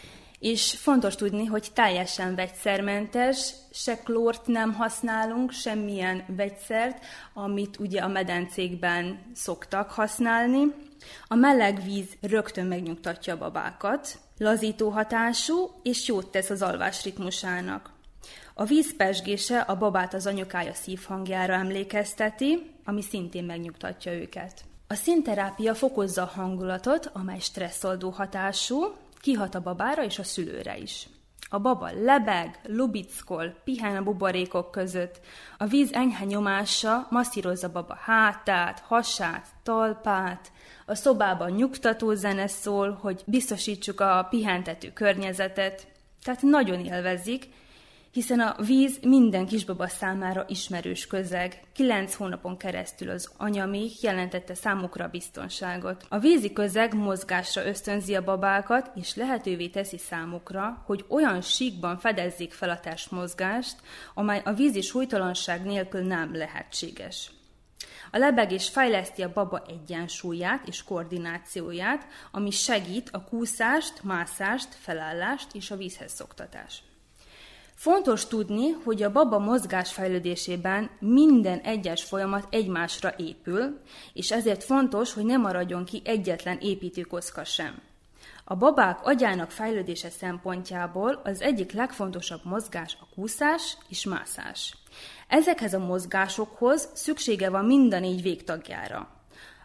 és fontos tudni, hogy teljesen vegyszermentes, se klórt nem használunk, semmilyen vegyszert, amit ugye a medencékben szoktak használni. A meleg víz rögtön megnyugtatja a babákat, lazító hatású, és jót tesz az alvás ritmusának. A víz pezsgése a babát az anyukája szívhangjára emlékezteti, ami szintén megnyugtatja őket. A színterápia fokozza a hangulatot, amely stresszoldó hatású, kihat a babára és a szülőre is. A baba lebeg, lubickol, pihen a buborékok között. A víz enyhe nyomása masszírozza a baba hátát, hasát, talpát. A szobában nyugtató zene szól, hogy biztosítsuk a pihentető környezetet. Tehát nagyon élvezik, hiszen a víz minden kisbaba számára ismerős közeg. Kilenc hónapon keresztül az anyaméh jelentette számukra a biztonságot. A vízi közeg mozgásra ösztönzi a babákat, és lehetővé teszi számukra, hogy olyan síkban fedezzék fel a testmozgást, amely a vízi súlytalanság nélkül nem lehetséges. A lebegés fejleszti a baba egyensúlyát és koordinációját, ami segít a kúszást, mászást, felállást és a vízhez szoktatást. Fontos tudni, hogy a baba mozgásfejlődésében minden egyes folyamat egymásra épül, és ezért fontos, hogy ne maradjon ki egyetlen építőkocka sem. A babák agyának fejlődése szempontjából az egyik legfontosabb mozgás a kúszás és mászás. Ezekhez a mozgásokhoz szüksége van mind a négy végtagjára.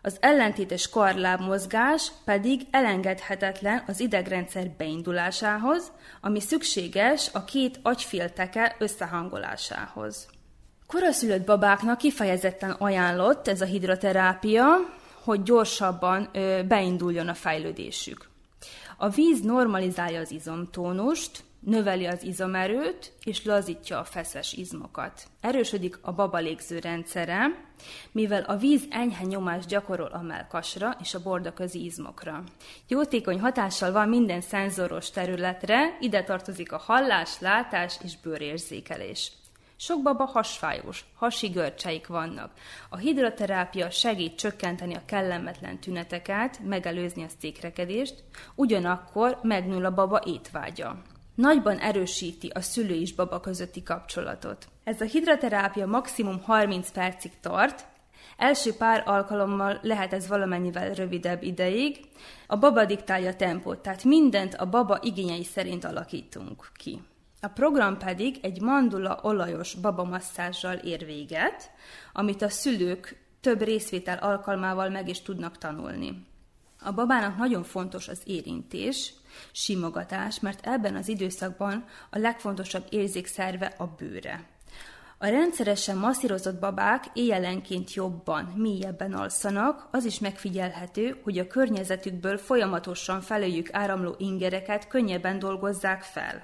Az ellentétes karláb mozgás pedig elengedhetetlen az idegrendszer beindulásához, ami szükséges a két agyfélteke összehangolásához. Koraszülött babáknak kifejezetten ajánlott ez a hidroterápia, hogy gyorsabban ö, beinduljon a fejlődésük. A víz normalizálja az izomtónust, növeli az izomerőt és lazítja a feszes izmokat. Erősödik a baba légzőrendszere, mivel a víz enyhe nyomást gyakorol a mellkasra és a bordaközi izmokra. Jótékony hatással van minden szenzoros területre, ide tartozik a hallás, látás és bőrérzékelés. Sok baba hasfájós, hasi görcseik vannak. A hidroterápia segít csökkenteni a kellemetlen tüneteket, megelőzni a székrekedést, ugyanakkor megnő a baba étvágya. Nagyban erősíti a szülő és baba közötti kapcsolatot. Ez a hidroterápia maximum harminc percig tart, első pár alkalommal lehet ez valamennyivel rövidebb ideig. A baba diktálja a tempót, tehát mindent a baba igényei szerint alakítunk ki. A program pedig egy mandula olajos babamasszázsal ér véget, amit a szülők több részvétel alkalmával meg is tudnak tanulni. A babának nagyon fontos az érintés, simogatás, mert ebben az időszakban a legfontosabb érzékszerve a bőre. A rendszeresen masszírozott babák éjjelenként jobban, mélyebben alszanak, az is megfigyelhető, hogy a környezetükből folyamatosan felőjük áramló ingereket könnyebben dolgozzák fel.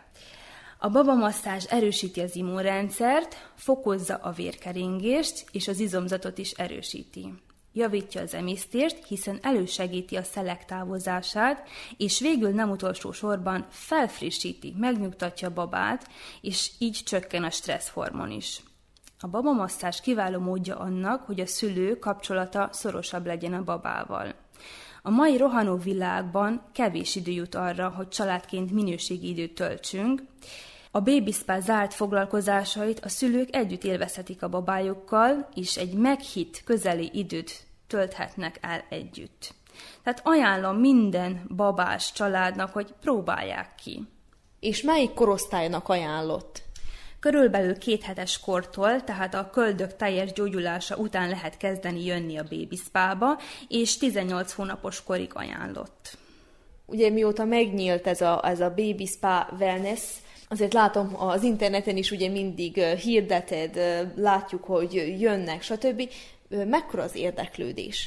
A babamasszázs erősíti az immunrendszert, fokozza a vérkeringést, és az izomzatot is erősíti. Javítja az emésztést, hiszen elősegíti a szelek távozását, és végül nem utolsó sorban felfrissíti, megnyugtatja a babát, és így csökken a stresszhormon is. A babamasszázs kiváló módja annak, hogy a szülő kapcsolata szorosabb legyen a babával. A mai rohanó világban kevés idő jut arra, hogy családként minőségi időt töltsünk. A Baby Spa zárt foglalkozásait a szülők együtt élvezhetik a babájukkal, és egy meghitt közeli időt tölthetnek el együtt. Tehát ajánlom minden babás családnak, hogy próbálják ki. És melyik korosztálynak ajánlott? Körülbelül két hetes kortól, tehát a köldök teljes gyógyulása után lehet kezdeni jönni a Baby Spa-ba, és tizennyolc hónapos korig ajánlott. Ugye mióta megnyílt ez a, ez a Baby Spa Wellness, azért látom az interneten is ugye mindig hirdeted, látjuk, hogy jönnek, stb. Mekkora az érdeklődés?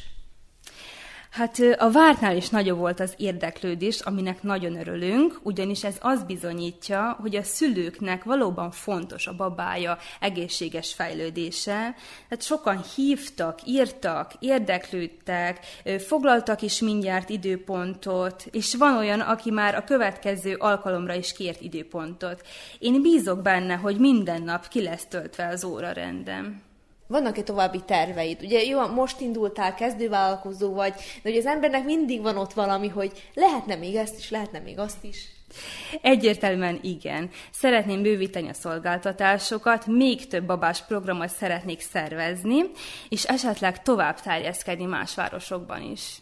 Hát a vártnál is nagyobb volt az érdeklődés, aminek nagyon örülünk, ugyanis ez azt bizonyítja, hogy a szülőknek valóban fontos a babája egészséges fejlődése. Tehát sokan hívtak, írtak, érdeklődtek, foglaltak is mindjárt időpontot, és van olyan, aki már a következő alkalomra is kért időpontot. Én bízok benne, hogy minden nap ki lesz töltve az órarendem. Vannak-e további terveid? Ugye jó, most indultál, kezdővállalkozó vagy, de ugye az embernek mindig van ott valami, hogy lehetne még ezt is, lehetne még azt is. Egyértelműen igen. Szeretném bővíteni a szolgáltatásokat, még több babás programot szeretnék szervezni, és esetleg tovább terjeszkedni más városokban is.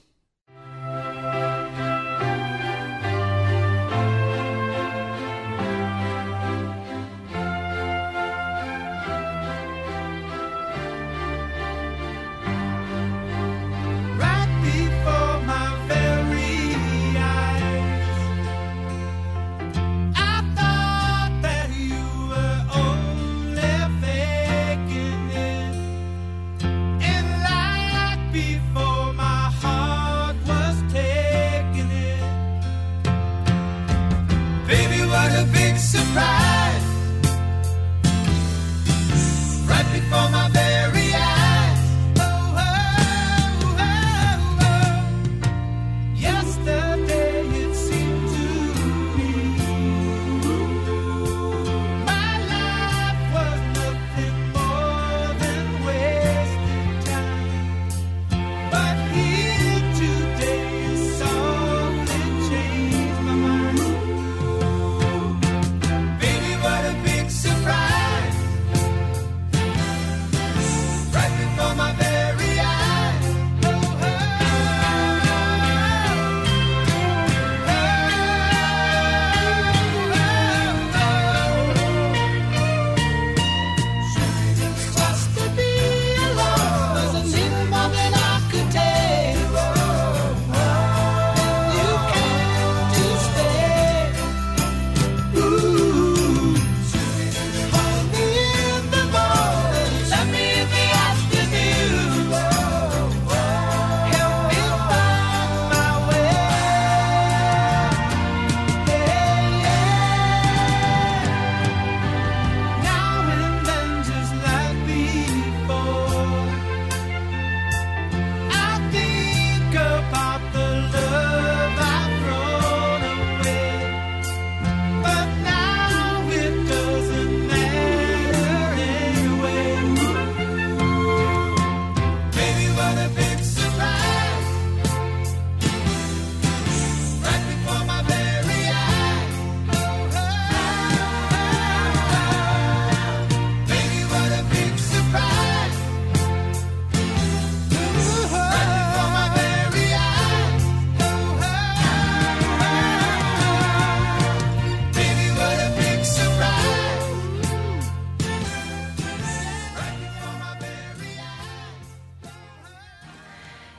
Before my heart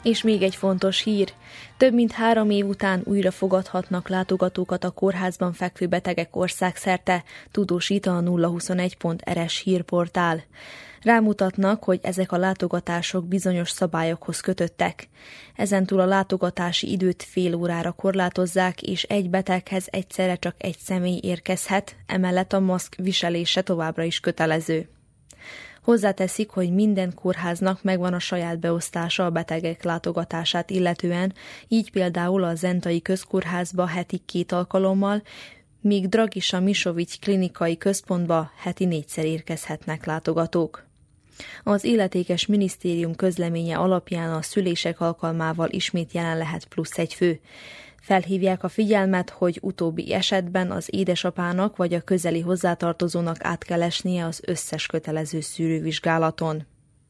És még egy fontos hír. Több mint három év után újra fogadhatnak látogatókat a kórházban fekvő betegek országszerte, tudósít a nulla huszonegy pont er es hírportál. Rámutatnak, hogy ezek a látogatások bizonyos szabályokhoz kötöttek. Ezentúl a látogatási időt fél órára korlátozzák, és egy beteghez egyszerre csak egy személy érkezhet, emellett a maszk viselése továbbra is kötelező. Hozzáteszik, hogy minden kórháznak megvan a saját beosztása a betegek látogatását illetően, így például a Zentai Közkórházba heti két alkalommal, míg Dragisa Misovics klinikai központba heti négyszer érkezhetnek látogatók. Az illetékes minisztérium közleménye alapján a szülések alkalmával ismét jelen lehet plusz egy fő. Felhívják a figyelmet, hogy utóbbi esetben az édesapának vagy a közeli hozzátartozónak át kell esnie az összes kötelező szűrővizsgálaton.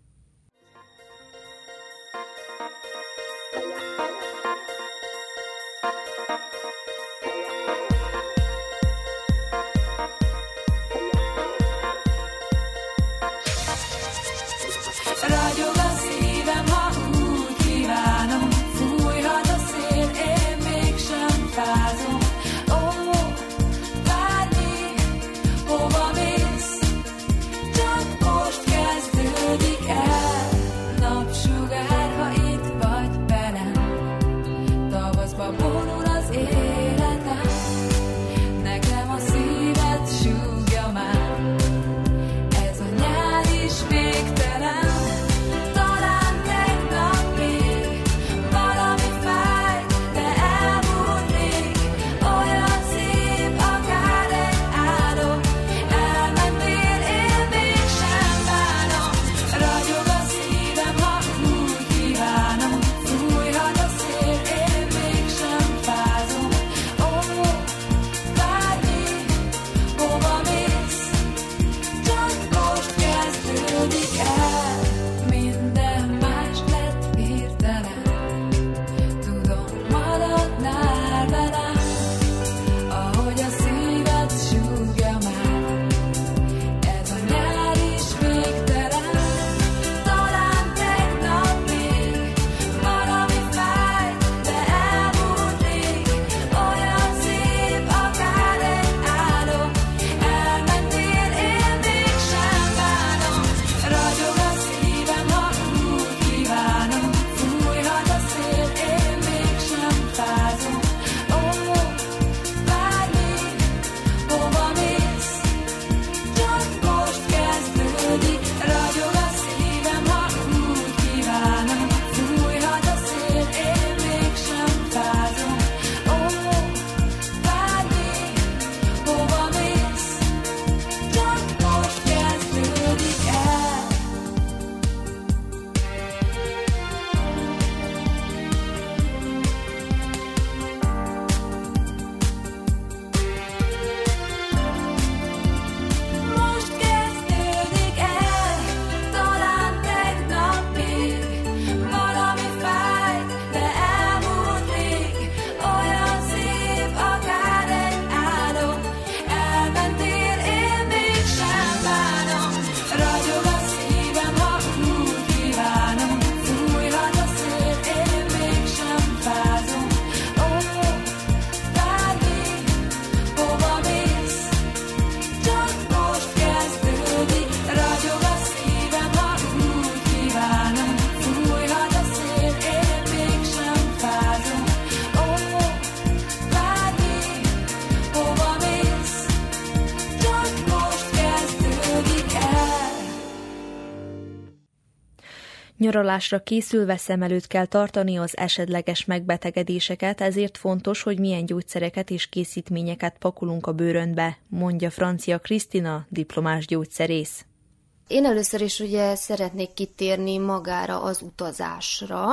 Nyaralásra készülve szem előtt kell tartani az esetleges megbetegedéseket, ezért fontos, hogy milyen gyógyszereket és készítményeket pakolunk a bőröndbe, mondja Francia Krisztina, diplomás gyógyszerész. Én először is ugye szeretnék kitérni magára az utazásra,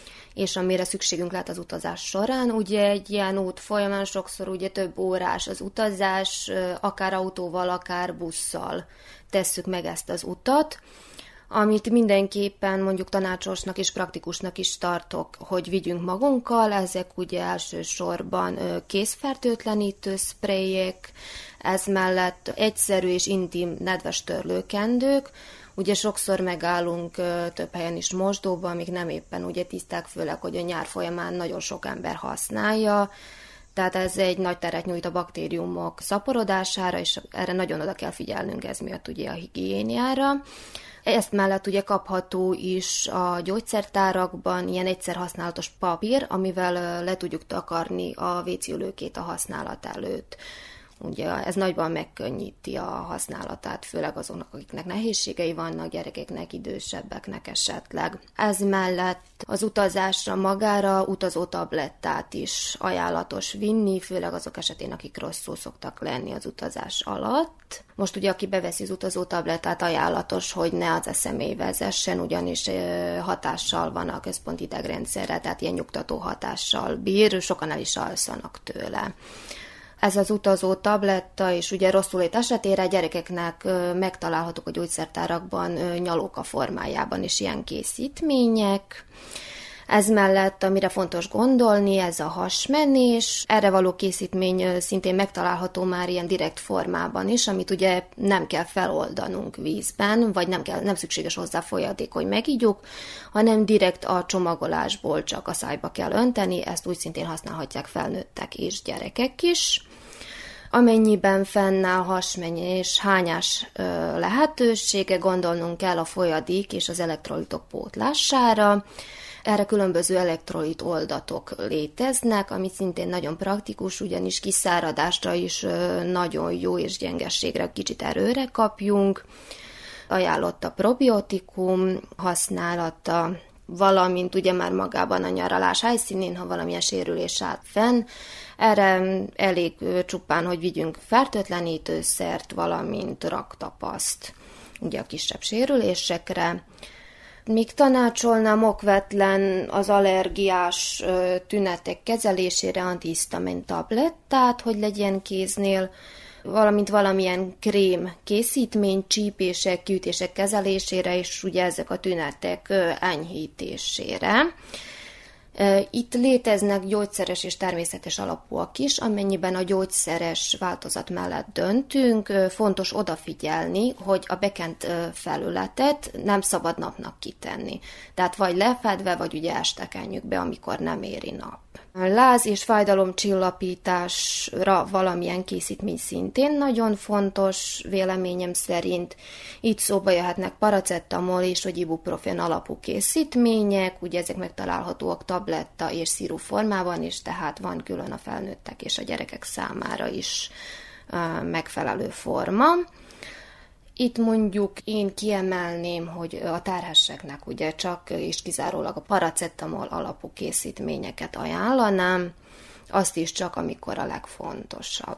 és amire szükségünk lehet az utazás során. Ugye egy ilyen út folyamán sokszor ugye több órás az utazás, akár autóval, akár busszal tesszük meg ezt az utat. Amit mindenképpen mondjuk tanácsosnak és praktikusnak is tartok, hogy vigyünk magunkkal, ezek ugye elsősorban kézfertőtlenítő sprayek, ez mellett egyszerű és intim nedves törlőkendők. Ugye sokszor megállunk több helyen is mosdóban, amik nem éppen ugye tiszták, főleg, hogy a nyár folyamán nagyon sok ember használja, tehát ez egy nagy teret nyújt a baktériumok szaporodására, és erre nagyon oda kell figyelnünk, ez miatt ugye a higiéniára. Ezt mellett ugye kapható is a gyógyszertárakban ilyen egyszer használatos papír, amivel le tudjuk takarni a vécélőkét a használat előtt. Ugye ez nagyban megkönnyíti a használatát, főleg azoknak, akiknek nehézségei vannak, gyerekeknek, idősebbeknek esetleg. Ez mellett az utazásra magára utazó tablettát is ajánlatos vinni, főleg azok esetén, akik rosszul szoktak lenni az utazás alatt. Most ugye, aki beveszi az utazó tablettát, ajánlatos, hogy ne az eszemé vezessen, ugyanis hatással van a központi idegrendszerre, tehát ilyen nyugtató hatással bír, sokan el is alszanak tőle. Ez az utazó tabletta, és ugye rosszulét esetére gyerekeknek megtalálhatók a gyógyszertárakban nyalóka formájában is ilyen készítmények. Ez mellett, amire fontos gondolni, ez a hasmenés. Erre való készítmény szintén megtalálható már ilyen direkt formában is, amit ugye nem kell feloldanunk vízben, vagy nem, kell, nem szükséges hozzá folyadék, hogy megígyuk, hanem direkt a csomagolásból csak a szájba kell önteni, ezt úgy szintén használhatják felnőttek és gyerekek is. Amennyiben fennáll hasmenés, hányás ö, lehetősége, gondolnunk kell a folyadék és az elektrolitok pótlására. Erre különböző elektrolit oldatok léteznek, ami szintén nagyon praktikus, ugyanis kiszáradásra is ö, nagyon jó, és gyengességre kicsit erőre kapjunk. Ajánlott a probiotikum használata, valamint ugye már magában a nyaralás helyszínén, ha valamilyen sérülés áll fenn. Erre elég csupán, hogy vigyünk fertőtlenítőszert, valamint raktapaszt, ugye a kisebb sérülésekre. Míg tanácsolnám okvetlen az allergiás tünetek kezelésére antihisztamin tablettát, hogy legyen kéznél, valamint valamilyen krém készítmény, csípések, kiütések kezelésére, és ugye ezek a tünetek enyhítésére. Itt léteznek gyógyszeres és természetes alapúak is, amennyiben a gyógyszeres változat mellett döntünk, fontos odafigyelni, hogy a bekent felületet nem szabad napnak kitenni. Tehát vagy lefedve, vagy ugye este kenjük be, amikor nem éri nap. A láz és fájdalomcsillapításra valamilyen készítmény szintén nagyon fontos, véleményem szerint. Itt szóba jöhetnek paracetamol és vagy ibuprofen alapú készítmények, ugye ezek megtalálhatóak tabletta és szirup formában is, tehát van külön a felnőttek és a gyerekek számára is megfelelő forma. Itt mondjuk én kiemelném, hogy a terhesseknek ugye csak és kizárólag a paracetamol alapú készítményeket ajánlanám, azt is csak amikor a legfontosabb.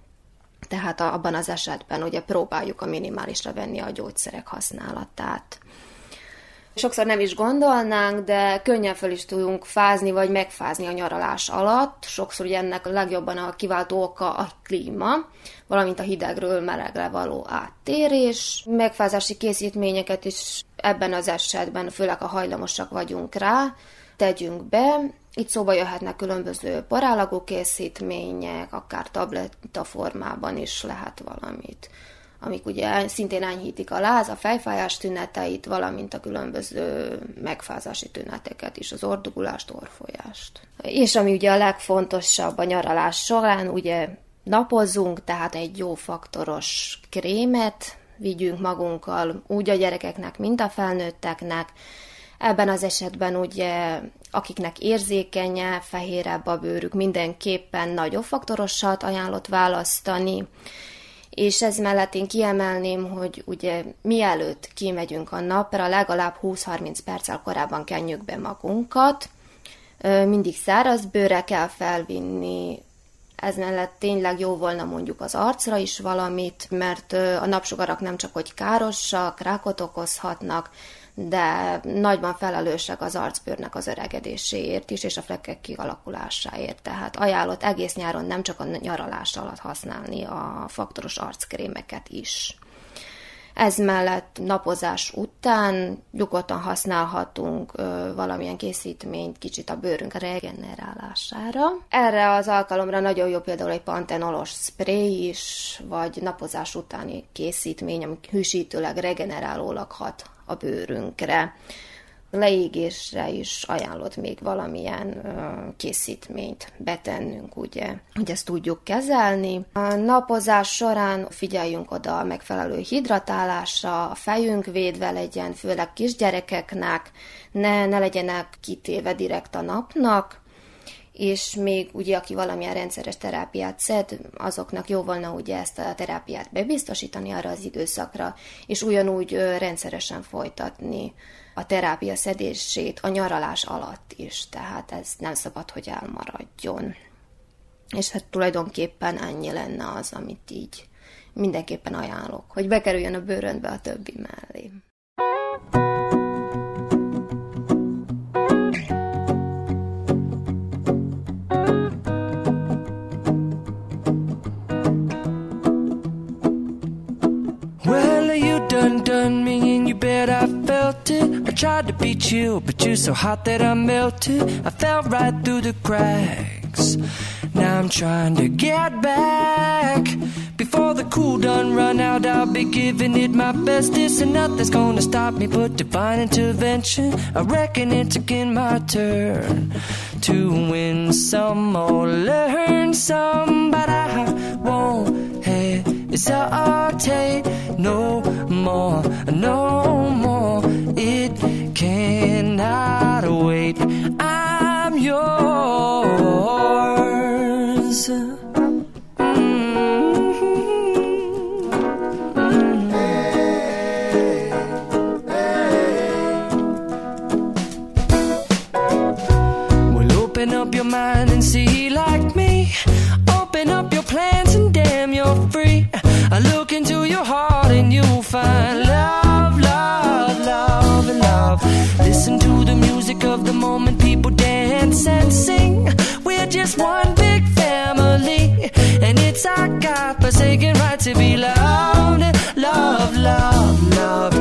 Tehát abban az esetben ugye próbáljuk a minimálisra venni a gyógyszerek használatát. Sokszor nem is gondolnánk, de könnyen fel is tudunk fázni, vagy megfázni a nyaralás alatt. Sokszor ugye ennek a legjobban a kiváltó oka a klíma, valamint a hidegről melegre való áttérés. Megfázási készítményeket is ebben az esetben, főleg ha hajlamosak vagyunk rá, tegyünk be. Itt szóba jöhetnek különböző parállagú készítmények, akár tabletta formában is lehet valamit, amik ugye szintén enyhítik a láz, a fejfájás tüneteit, valamint a különböző megfázási tüneteket is, az ordugulást, orrfolyást. És ami ugye a legfontosabb a nyaralás során, ugye napozzunk, tehát egy jó faktoros krémet vigyünk magunkkal, úgy a gyerekeknek, mint a felnőtteknek. Ebben az esetben ugye, akiknek érzékenye, fehérebb a bőrük, mindenképpen nagyobb faktorosat ajánlott választani, és ez mellett én kiemelném, hogy ugye mielőtt kimegyünk a napra, legalább húsz-harminc perccel korábban kenjük be magunkat, mindig száraz bőrre kell felvinni, ez mellett tényleg jó volna mondjuk az arcra is valamit, mert a napsugarak nem csak hogy károsak, rákot okozhatnak, de nagyban felelősek az arcbőrnek az öregedéséért is, és a flekkek kialakulásáért. Tehát ajánlott egész nyáron nem csak a nyaralás alatt használni a faktoros arckrémeket is. Ez mellett napozás után nyugodtan használhatunk ö, valamilyen készítményt kicsit a bőrünk regenerálására. Erre az alkalomra nagyon jó például egy pantenolos spray is, vagy napozás utáni készítmény, ami hűsítőleg, regenerálólag hat a bőrünkre. Leégésre is ajánlott még valamilyen uh, készítményt betennünk, ugye, hogy ezt tudjuk kezelni. A napozás során figyeljünk oda a megfelelő hidratálásra, a fejünk védve legyen, főleg kisgyerekeknek, ne, ne legyenek kitéve direkt a napnak, és még ugye, aki valamilyen rendszeres terápiát szed, azoknak jó volna ugye ezt a terápiát bebiztosítani arra az időszakra, és ugyanúgy uh, rendszeresen folytatni a terápia szedését a nyaralás alatt is, tehát ez nem szabad, hogy elmaradjon. És hát tulajdonképpen ennyi lenne az, amit így mindenképpen ajánlok, hogy bekerüljön a bőröndbe a többi mellé. Done, done me and you bet I felt it. I tried to be chill, but you're so hot that I melted. I fell right through the cracks. Now I'm trying to get back. Before the cool done run out, I'll be giving it my bestest, and nothing's gonna stop me but divine intervention. I reckon it's again my turn to win some or learn some, but I won't hesitate no more, no more. It cannot wait. I'm yours. Open up your mind and see like me. Open up your plans and damn, you're free. I look into your heart and you'll find love, love, love, love. Listen to the music of the moment, people dance and sing. We're just one big family, and it's our God-forsaken right to be loved. Love, love, love,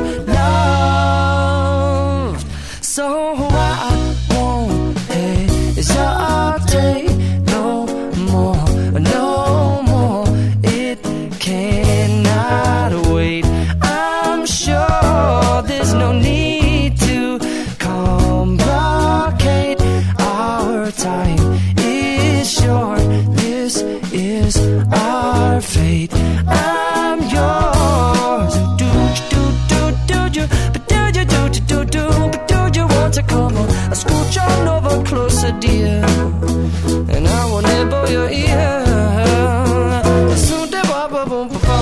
love. So I won't hesitate no more, no more. It cannot wait. I'm sure there's no need to complicate. Our time is short. This is our fate. I'm yours. Do do do do do, but do you do do do, but do you want to come on? I scooch on over closer, dear, and I will nibble your ear. Soon to bop bop boom boom.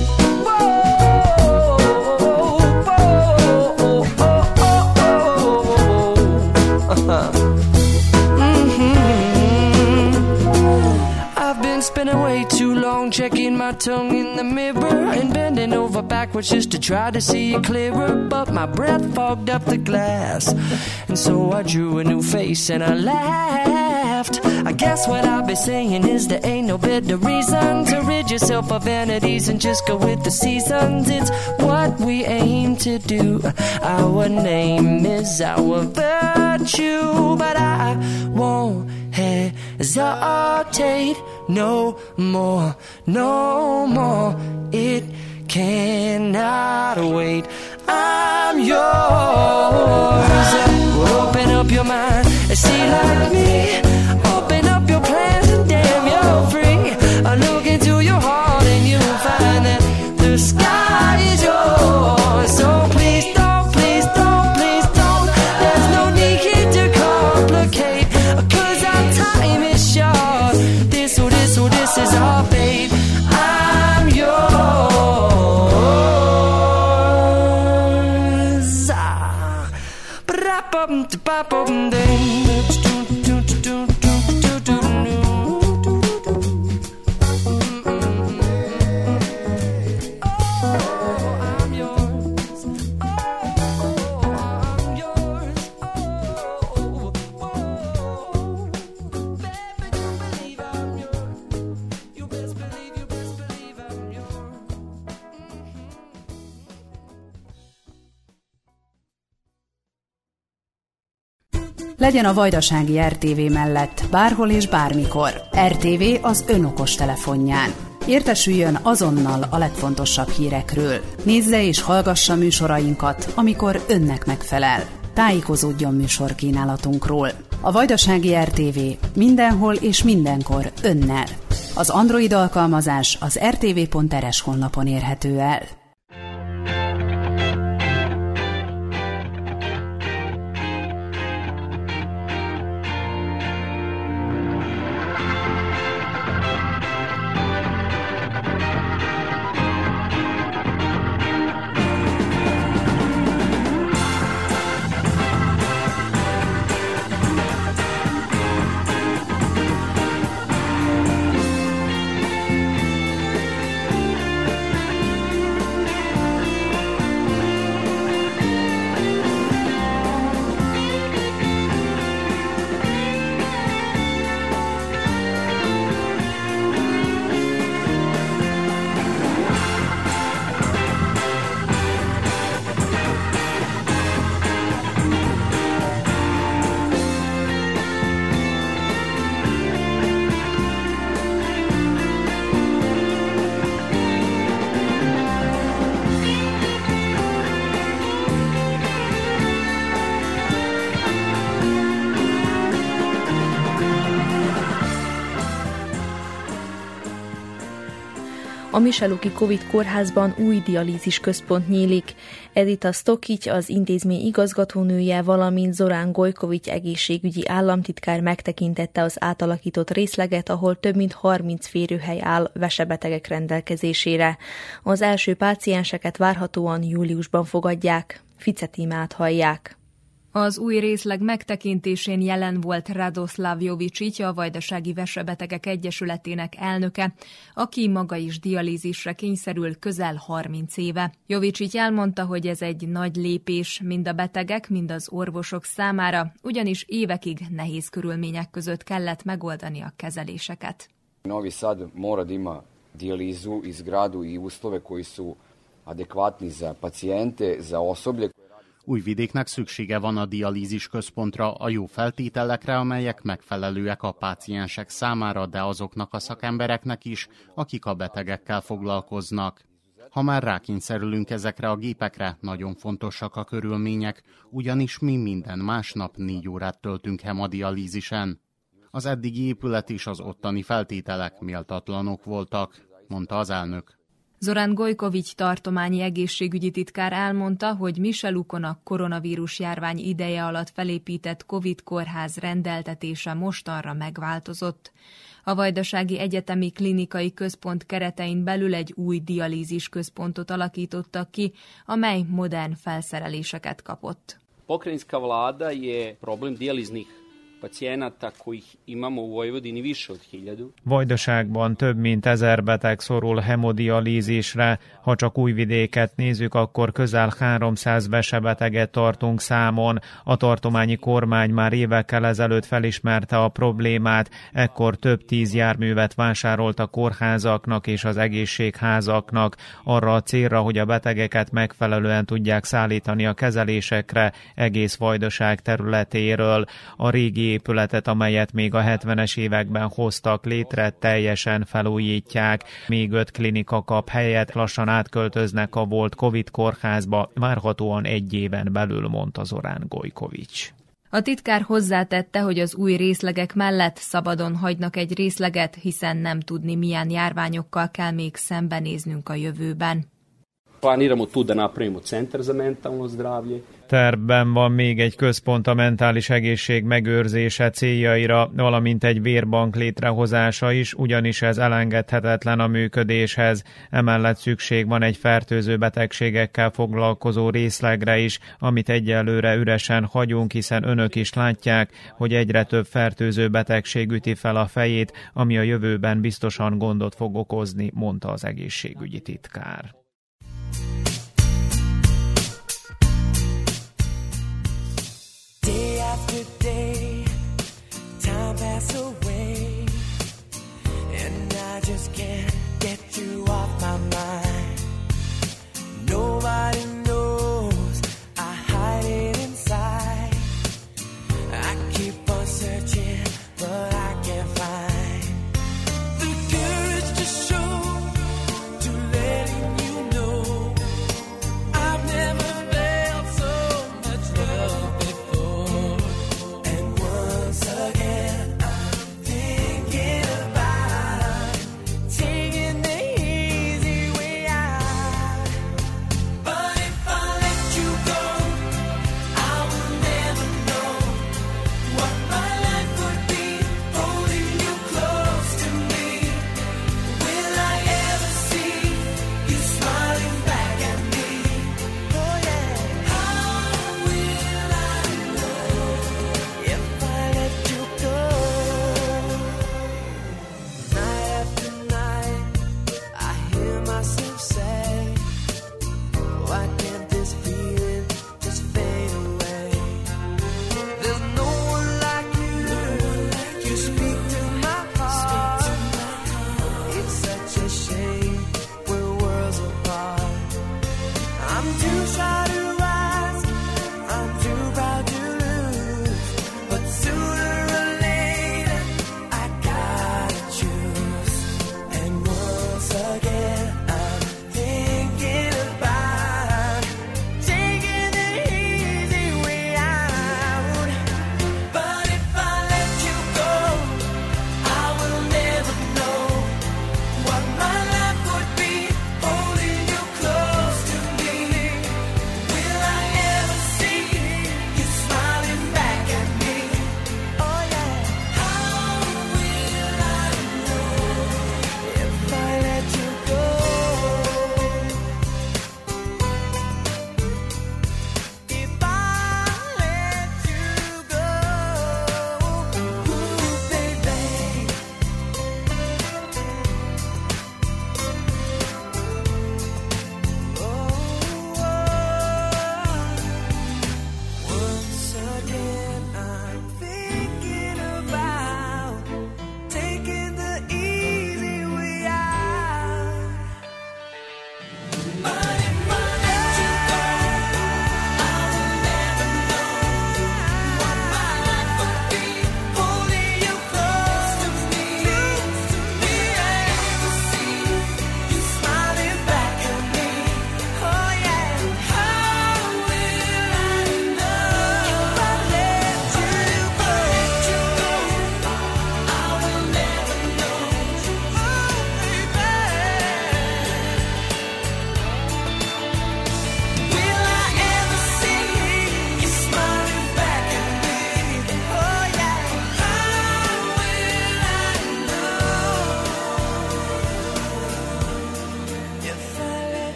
Spending way too long checking my tongue in the mirror and bending over backwards just to try to see it clearer, but my breath fogged up the glass, and so I drew a new face and I laughed. I guess what I'll be saying is there ain't no better reason to rid yourself of vanities and just go with the seasons. It's what we aim to do. Our name is our virtue, but I won't hesitate no more, no more. It cannot wait. I'm yours. Open up your mind and see like me. Open up your plans and damn, you're free. I look into your heart and you'll find that the sky is yours. So please don't, please don't, please don't. There's no need here to complicate, 'cause our time is short. This or this or this is our fate. I'm yours. Ah. Legyen a Vajdasági er té vé mellett, bárhol és bármikor. er té vé az ön okos telefonján. Értesüljön azonnal a legfontosabb hírekről. Nézze és hallgassa műsorainkat, amikor önnek megfelel. Tájékozódjon műsorkínálatunkról. A Vajdasági er té vé mindenhol és mindenkor önnel. Az Android alkalmazás az er té vé pont er es honlapon érhető el. A Miseluki Covid kórházban új dialízis központ nyílik. Edita Stokic, az intézmény igazgatónője, valamint Zorán Gojkovics egészségügyi államtitkár megtekintette az átalakított részleget, ahol több mint harminc férőhely áll vesebetegek rendelkezésére. Az első pácienseket várhatóan júliusban fogadják. Fice Tímát hallják. Az új részleg megtekintésén jelen volt Radoszláv Jovicsics, a Vajdasági Vesebetegek Egyesületének elnöke, aki maga is dialízisre kényszerül közel harminc éve. Jovicsics elmondta, hogy ez egy nagy lépés mind a betegek, mind az orvosok számára, ugyanis évekig nehéz körülmények között kellett megoldani a kezeléseket. Novi Sad mora da ima dijalizu i zgradu i uslove koji su adekvatni za pacijente, za osoblje. Újvidéknek szüksége van a dialízis központra, a jó feltételekre, amelyek megfelelőek a páciensek számára, de azoknak a szakembereknek is, akik a betegekkel foglalkoznak. Ha már rákényszerülünk ezekre a gépekre, nagyon fontosak a körülmények, ugyanis mi minden másnap négy órát töltünk hemodialízisen. Az eddigi épület és az ottani feltételek méltatlanok voltak, mondta az elnök. Zorán Gojkovics tartományi egészségügyi titkár elmondta, hogy Miselukon a koronavírus járvány ideje alatt felépített Covid kórház rendeltetése mostanra megváltozott. A Vajdasági Egyetemi Klinikai Központ keretein belül egy új dialízis központot alakítottak ki, amely modern felszereléseket kapott. Pokrajinska vlada je problem dijaliznih pacijenata kojih imamo u Vojvodini više od hiljadu. Vajdaságban több mint ezer beteg szorul hemodialízisre. Ha csak Újvidéket nézzük, akkor közel háromszáz vesebeteget tartunk számon. A tartományi kormány már évekkel ezelőtt felismerte a problémát, ekkor több tíz járművet vásárolt a kórházaknak és az egészségházaknak arra a célra, hogy a betegeket megfelelően tudják szállítani a kezelésekre egész Vajdaság területéről. A régi épületet, amelyet még a hetvenes években hoztak létre, teljesen felújítják. Még öt klinika kap helyet, lassan átköltöznek a volt Covid kórházba, várhatóan egy éven belül, mondta Zorán Gojkovics. A titkár hozzátette, hogy az új részlegek mellett szabadon hagynak egy részleget, hiszen nem tudni, milyen járványokkal kell még szembenéznünk a jövőben. Planiramo tu da napravimo centar za mentalno zdravlje. Tervben van még egy központ a mentális egészség megőrzése céljaira, valamint egy vérbank létrehozása is, ugyanis ez elengedhetetlen a működéshez. Emellett szükség van egy fertőző betegségekkel foglalkozó részlegre is, amit egyelőre üresen hagyunk, hiszen önök is látják, hogy egyre több fertőző betegség üti fel a fejét, ami a jövőben biztosan gondot fog okozni, mondta az egészségügyi titkár. Day after day, time passes away, and I just can't get you off my mind. Nobody knows I hide it inside. I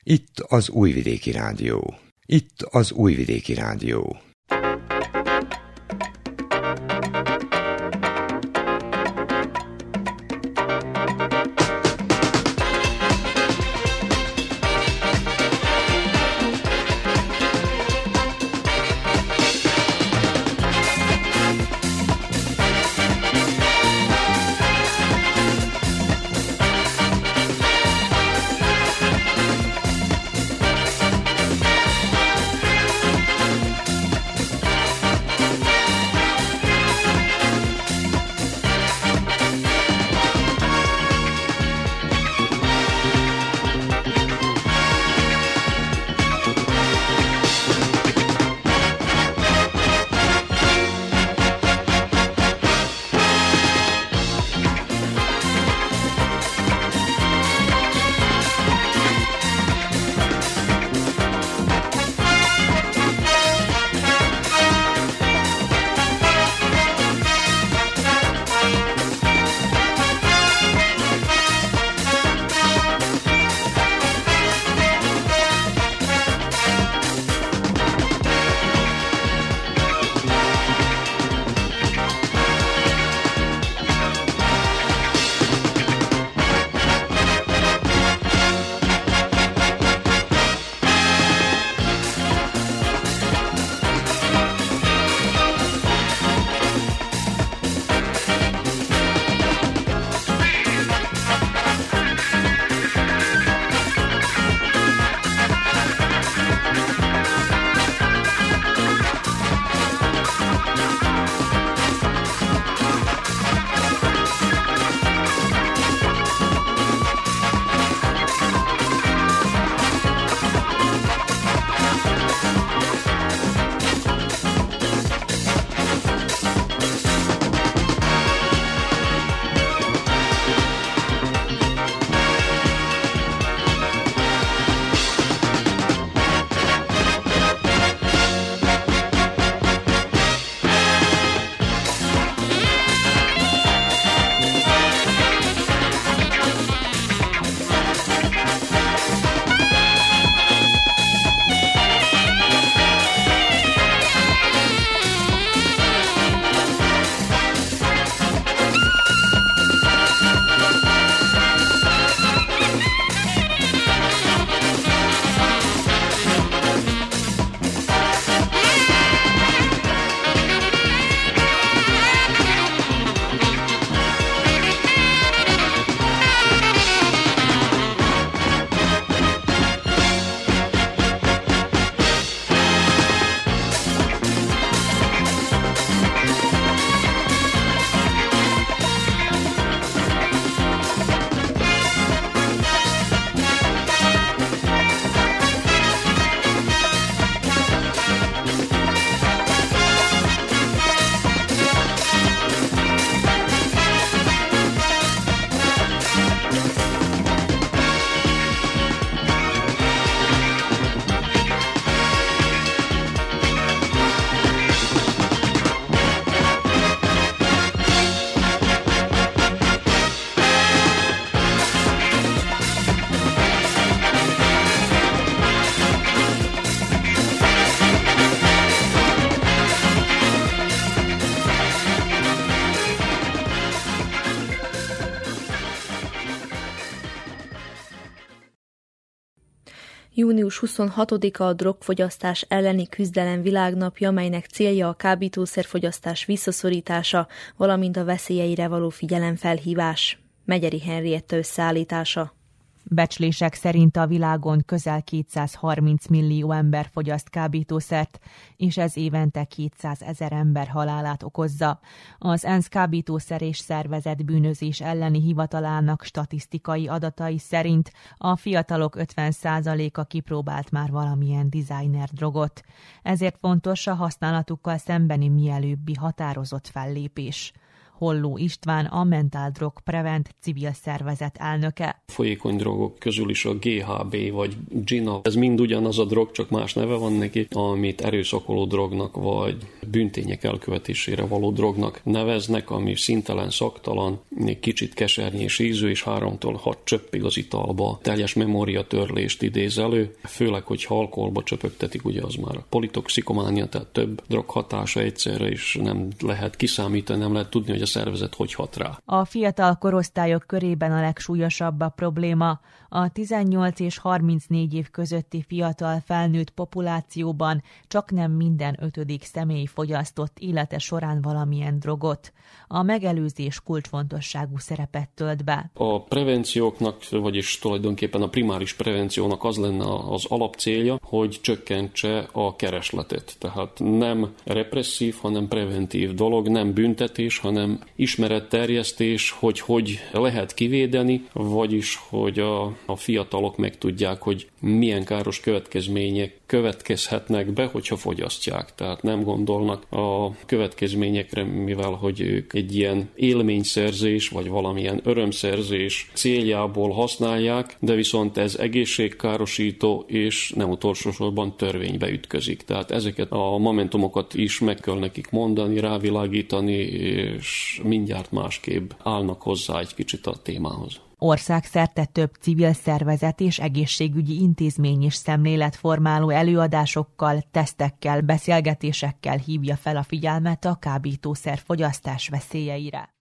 Itt az Újvidéki Rádió. Itt az Újvidéki Rádió. június huszonhatodika a drogfogyasztás elleni küzdelem világnapja, melynek célja a kábítószerfogyasztás visszaszorítása, valamint a veszélyeire való figyelemfelhívás. Megyeri Henrietta összeállítása. Becslések szerint a világon közel kétszázharminc millió ember fogyaszt kábítószert, és ez évente kétszázezer ember halálát okozza. Az ENSZ kábítószer és szervezett bűnözés elleni hivatalának statisztikai adatai szerint a fiatalok ötven százaléka kipróbált már valamilyen designer drogot. Ezért fontos a használatukkal szembeni mielőbbi határozott fellépés. Holló István, a Mentál Drog Prevent civil szervezet elnöke. Folyékony drogok közül is a gé há bé vagy Gina, ez mind ugyanaz a drog, csak más neve van neki, amit erőszakoló drognak vagy bűntények elkövetésére való drognak neveznek, ami szintelen, szaktalan, kicsit kesernyés ízű, és háromtól hat csöppig az italba teljes memóriatörlést idéz elő, főleg, hogy alkoholba csöpögtetik, ugye az már a politoxikománia, tehát több drog hatása egyszerre is nem lehet kiszámítani, nem lehet tudni, hogy a szervezet hogy hat rá. A fiatal korosztályok körében a legsúlyosabb a probléma. A tizennyolc és harmincnégy év közötti fiatal felnőtt populációban csaknem minden ötödik személy fogyasztott élete során valamilyen drogot. A megelőzés kulcsfontosságú szerepet tölt be. A prevencióknak, vagyis tulajdonképpen a primáris prevenciónak az lenne az alapcélja, hogy csökkentse a keresletet. Tehát nem represszív, hanem preventív dolog, nem büntetés, hanem ismeretterjesztés, hogy hogy lehet kivédeni, vagyis hogy a, a fiatalok megtudják, hogy milyen káros következmények következhetnek be, hogyha fogyasztják. Tehát nem gondolnak a következményekre, mivel hogy ők egy ilyen élményszerzés, vagy valamilyen örömszerzés céljából használják, de viszont ez egészségkárosító, és nem utolsó sorban törvénybe ütközik. Tehát ezeket a momentumokat is meg kell nekik mondani, rávilágítani, és mindjárt másképp állnak hozzá egy kicsit a témához. Országszerte több civil szervezet és egészségügyi intézmény is szemléletformáló előadásokkal, tesztekkel, beszélgetésekkel hívja fel a figyelmet a kábítószer fogyasztás veszélyeire.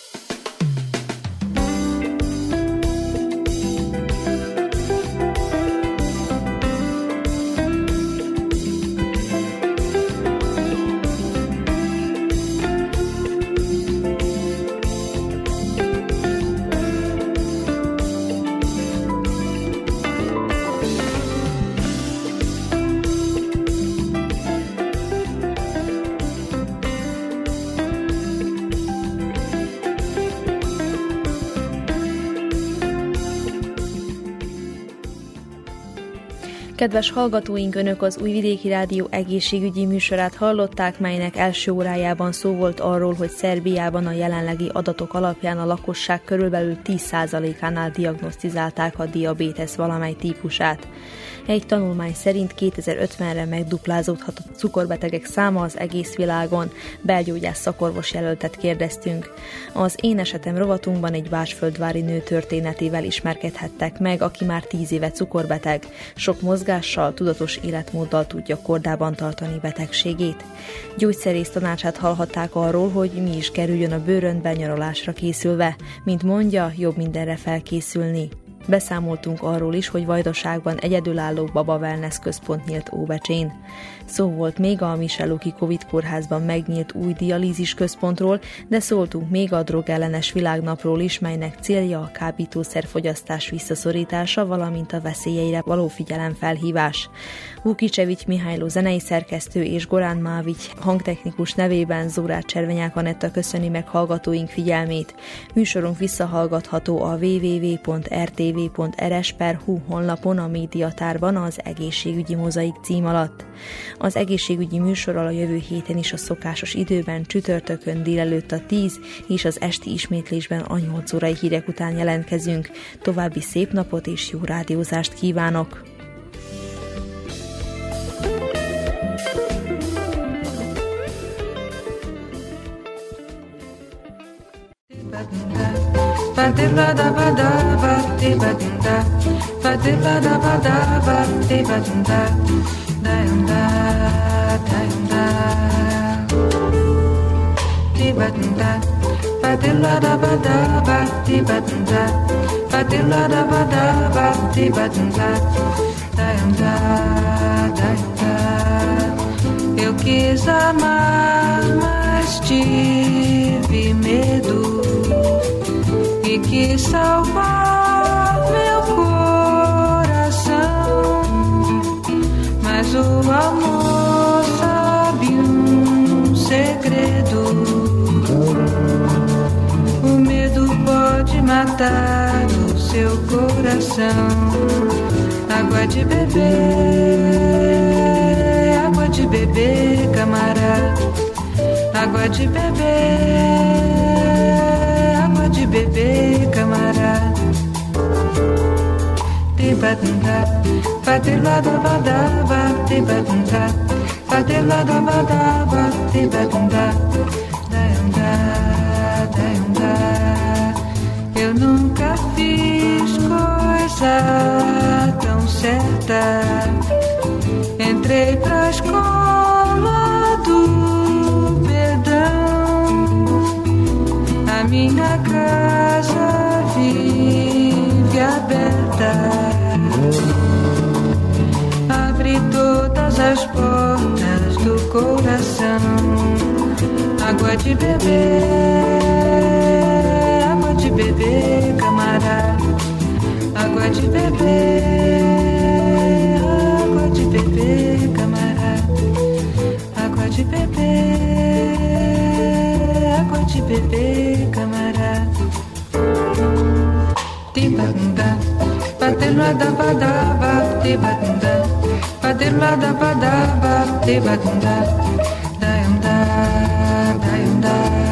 Kedves hallgatóink, Önök az Újvidéki Rádió egészségügyi műsorát hallották, melynek első órájában szó volt arról, hogy Szerbiában a jelenlegi adatok alapján a lakosság körülbelül tíz százalékánál diagnosztizálták a diabétesz valamely típusát. Egy tanulmány szerint kétezer-ötvenre megduplázódhat a cukorbetegek száma az egész világon. Belgyógyász szakorvos jelöltet kérdeztünk. Az Én esetem rovatunkban egy bácsföldvári nő történetével ismerkedhettek meg, aki már tíz éve cukorbeteg. Sok mozgással, tudatos életmóddal tudja kordában tartani betegségét. Gyógyszerész tanácsát hallhatták arról, hogy mi is kerüljön a bőröntbe nyaralásra készülve. Mint mondja, jobb mindenre felkészülni. Beszámoltunk arról is, hogy Vajdaságban egyedülálló Baba Wellness központ nyílt Óbecsén. Szó volt még a Miseluki Covid kórházban megnyílt új dialízis központról, de szóltunk még a drogellenes világnapról is, melynek célja a kábítószerfogyasztás visszaszorítása, valamint a veszélyeire való figyelemfelhívás. Vukicevics Mihályló zenei szerkesztő és Gorán Mávics hangtechnikus nevében Zórát Cservenyák Anetta köszöni meg hallgatóink figyelmét. Műsorunk visszahallgatható a double-u double-u double-u pont er té vé pont er es pont hu honlapon a médiatárban az egészségügyi mozaik cím alatt. Az egészségügyi műsorral a jövő héten is a szokásos időben csütörtökön délelőtt a tíz és az esti ismétlésben a nyolc órai hírek után jelentkezünk. További szép napot és jó rádiózást kívánok! Eu quis amar, mas tive medo e quis salvar meu coração, mas o amor sabe um segredo. O medo pode matar o seu coração. Água de beber, água de beber, camarada. água de beber, água de beber, camarada. Te batunda, bater lá da badaba, te batunda, bater lá da badaba, te batunda, daiunda, daiunda. Eu nunca fiz coisa tão certa. Entrei pra escola do perdão. A minha casa vive aberta. Abre todas as portas do coração. Água de beber, água de beber, camarada. Água de beber, água de beber, camarada. Água de beber, água de beber, camarada. Tibanda, baterla da badaba, tibanda, baterla da badaba, tibanda, daiunda, daiunda.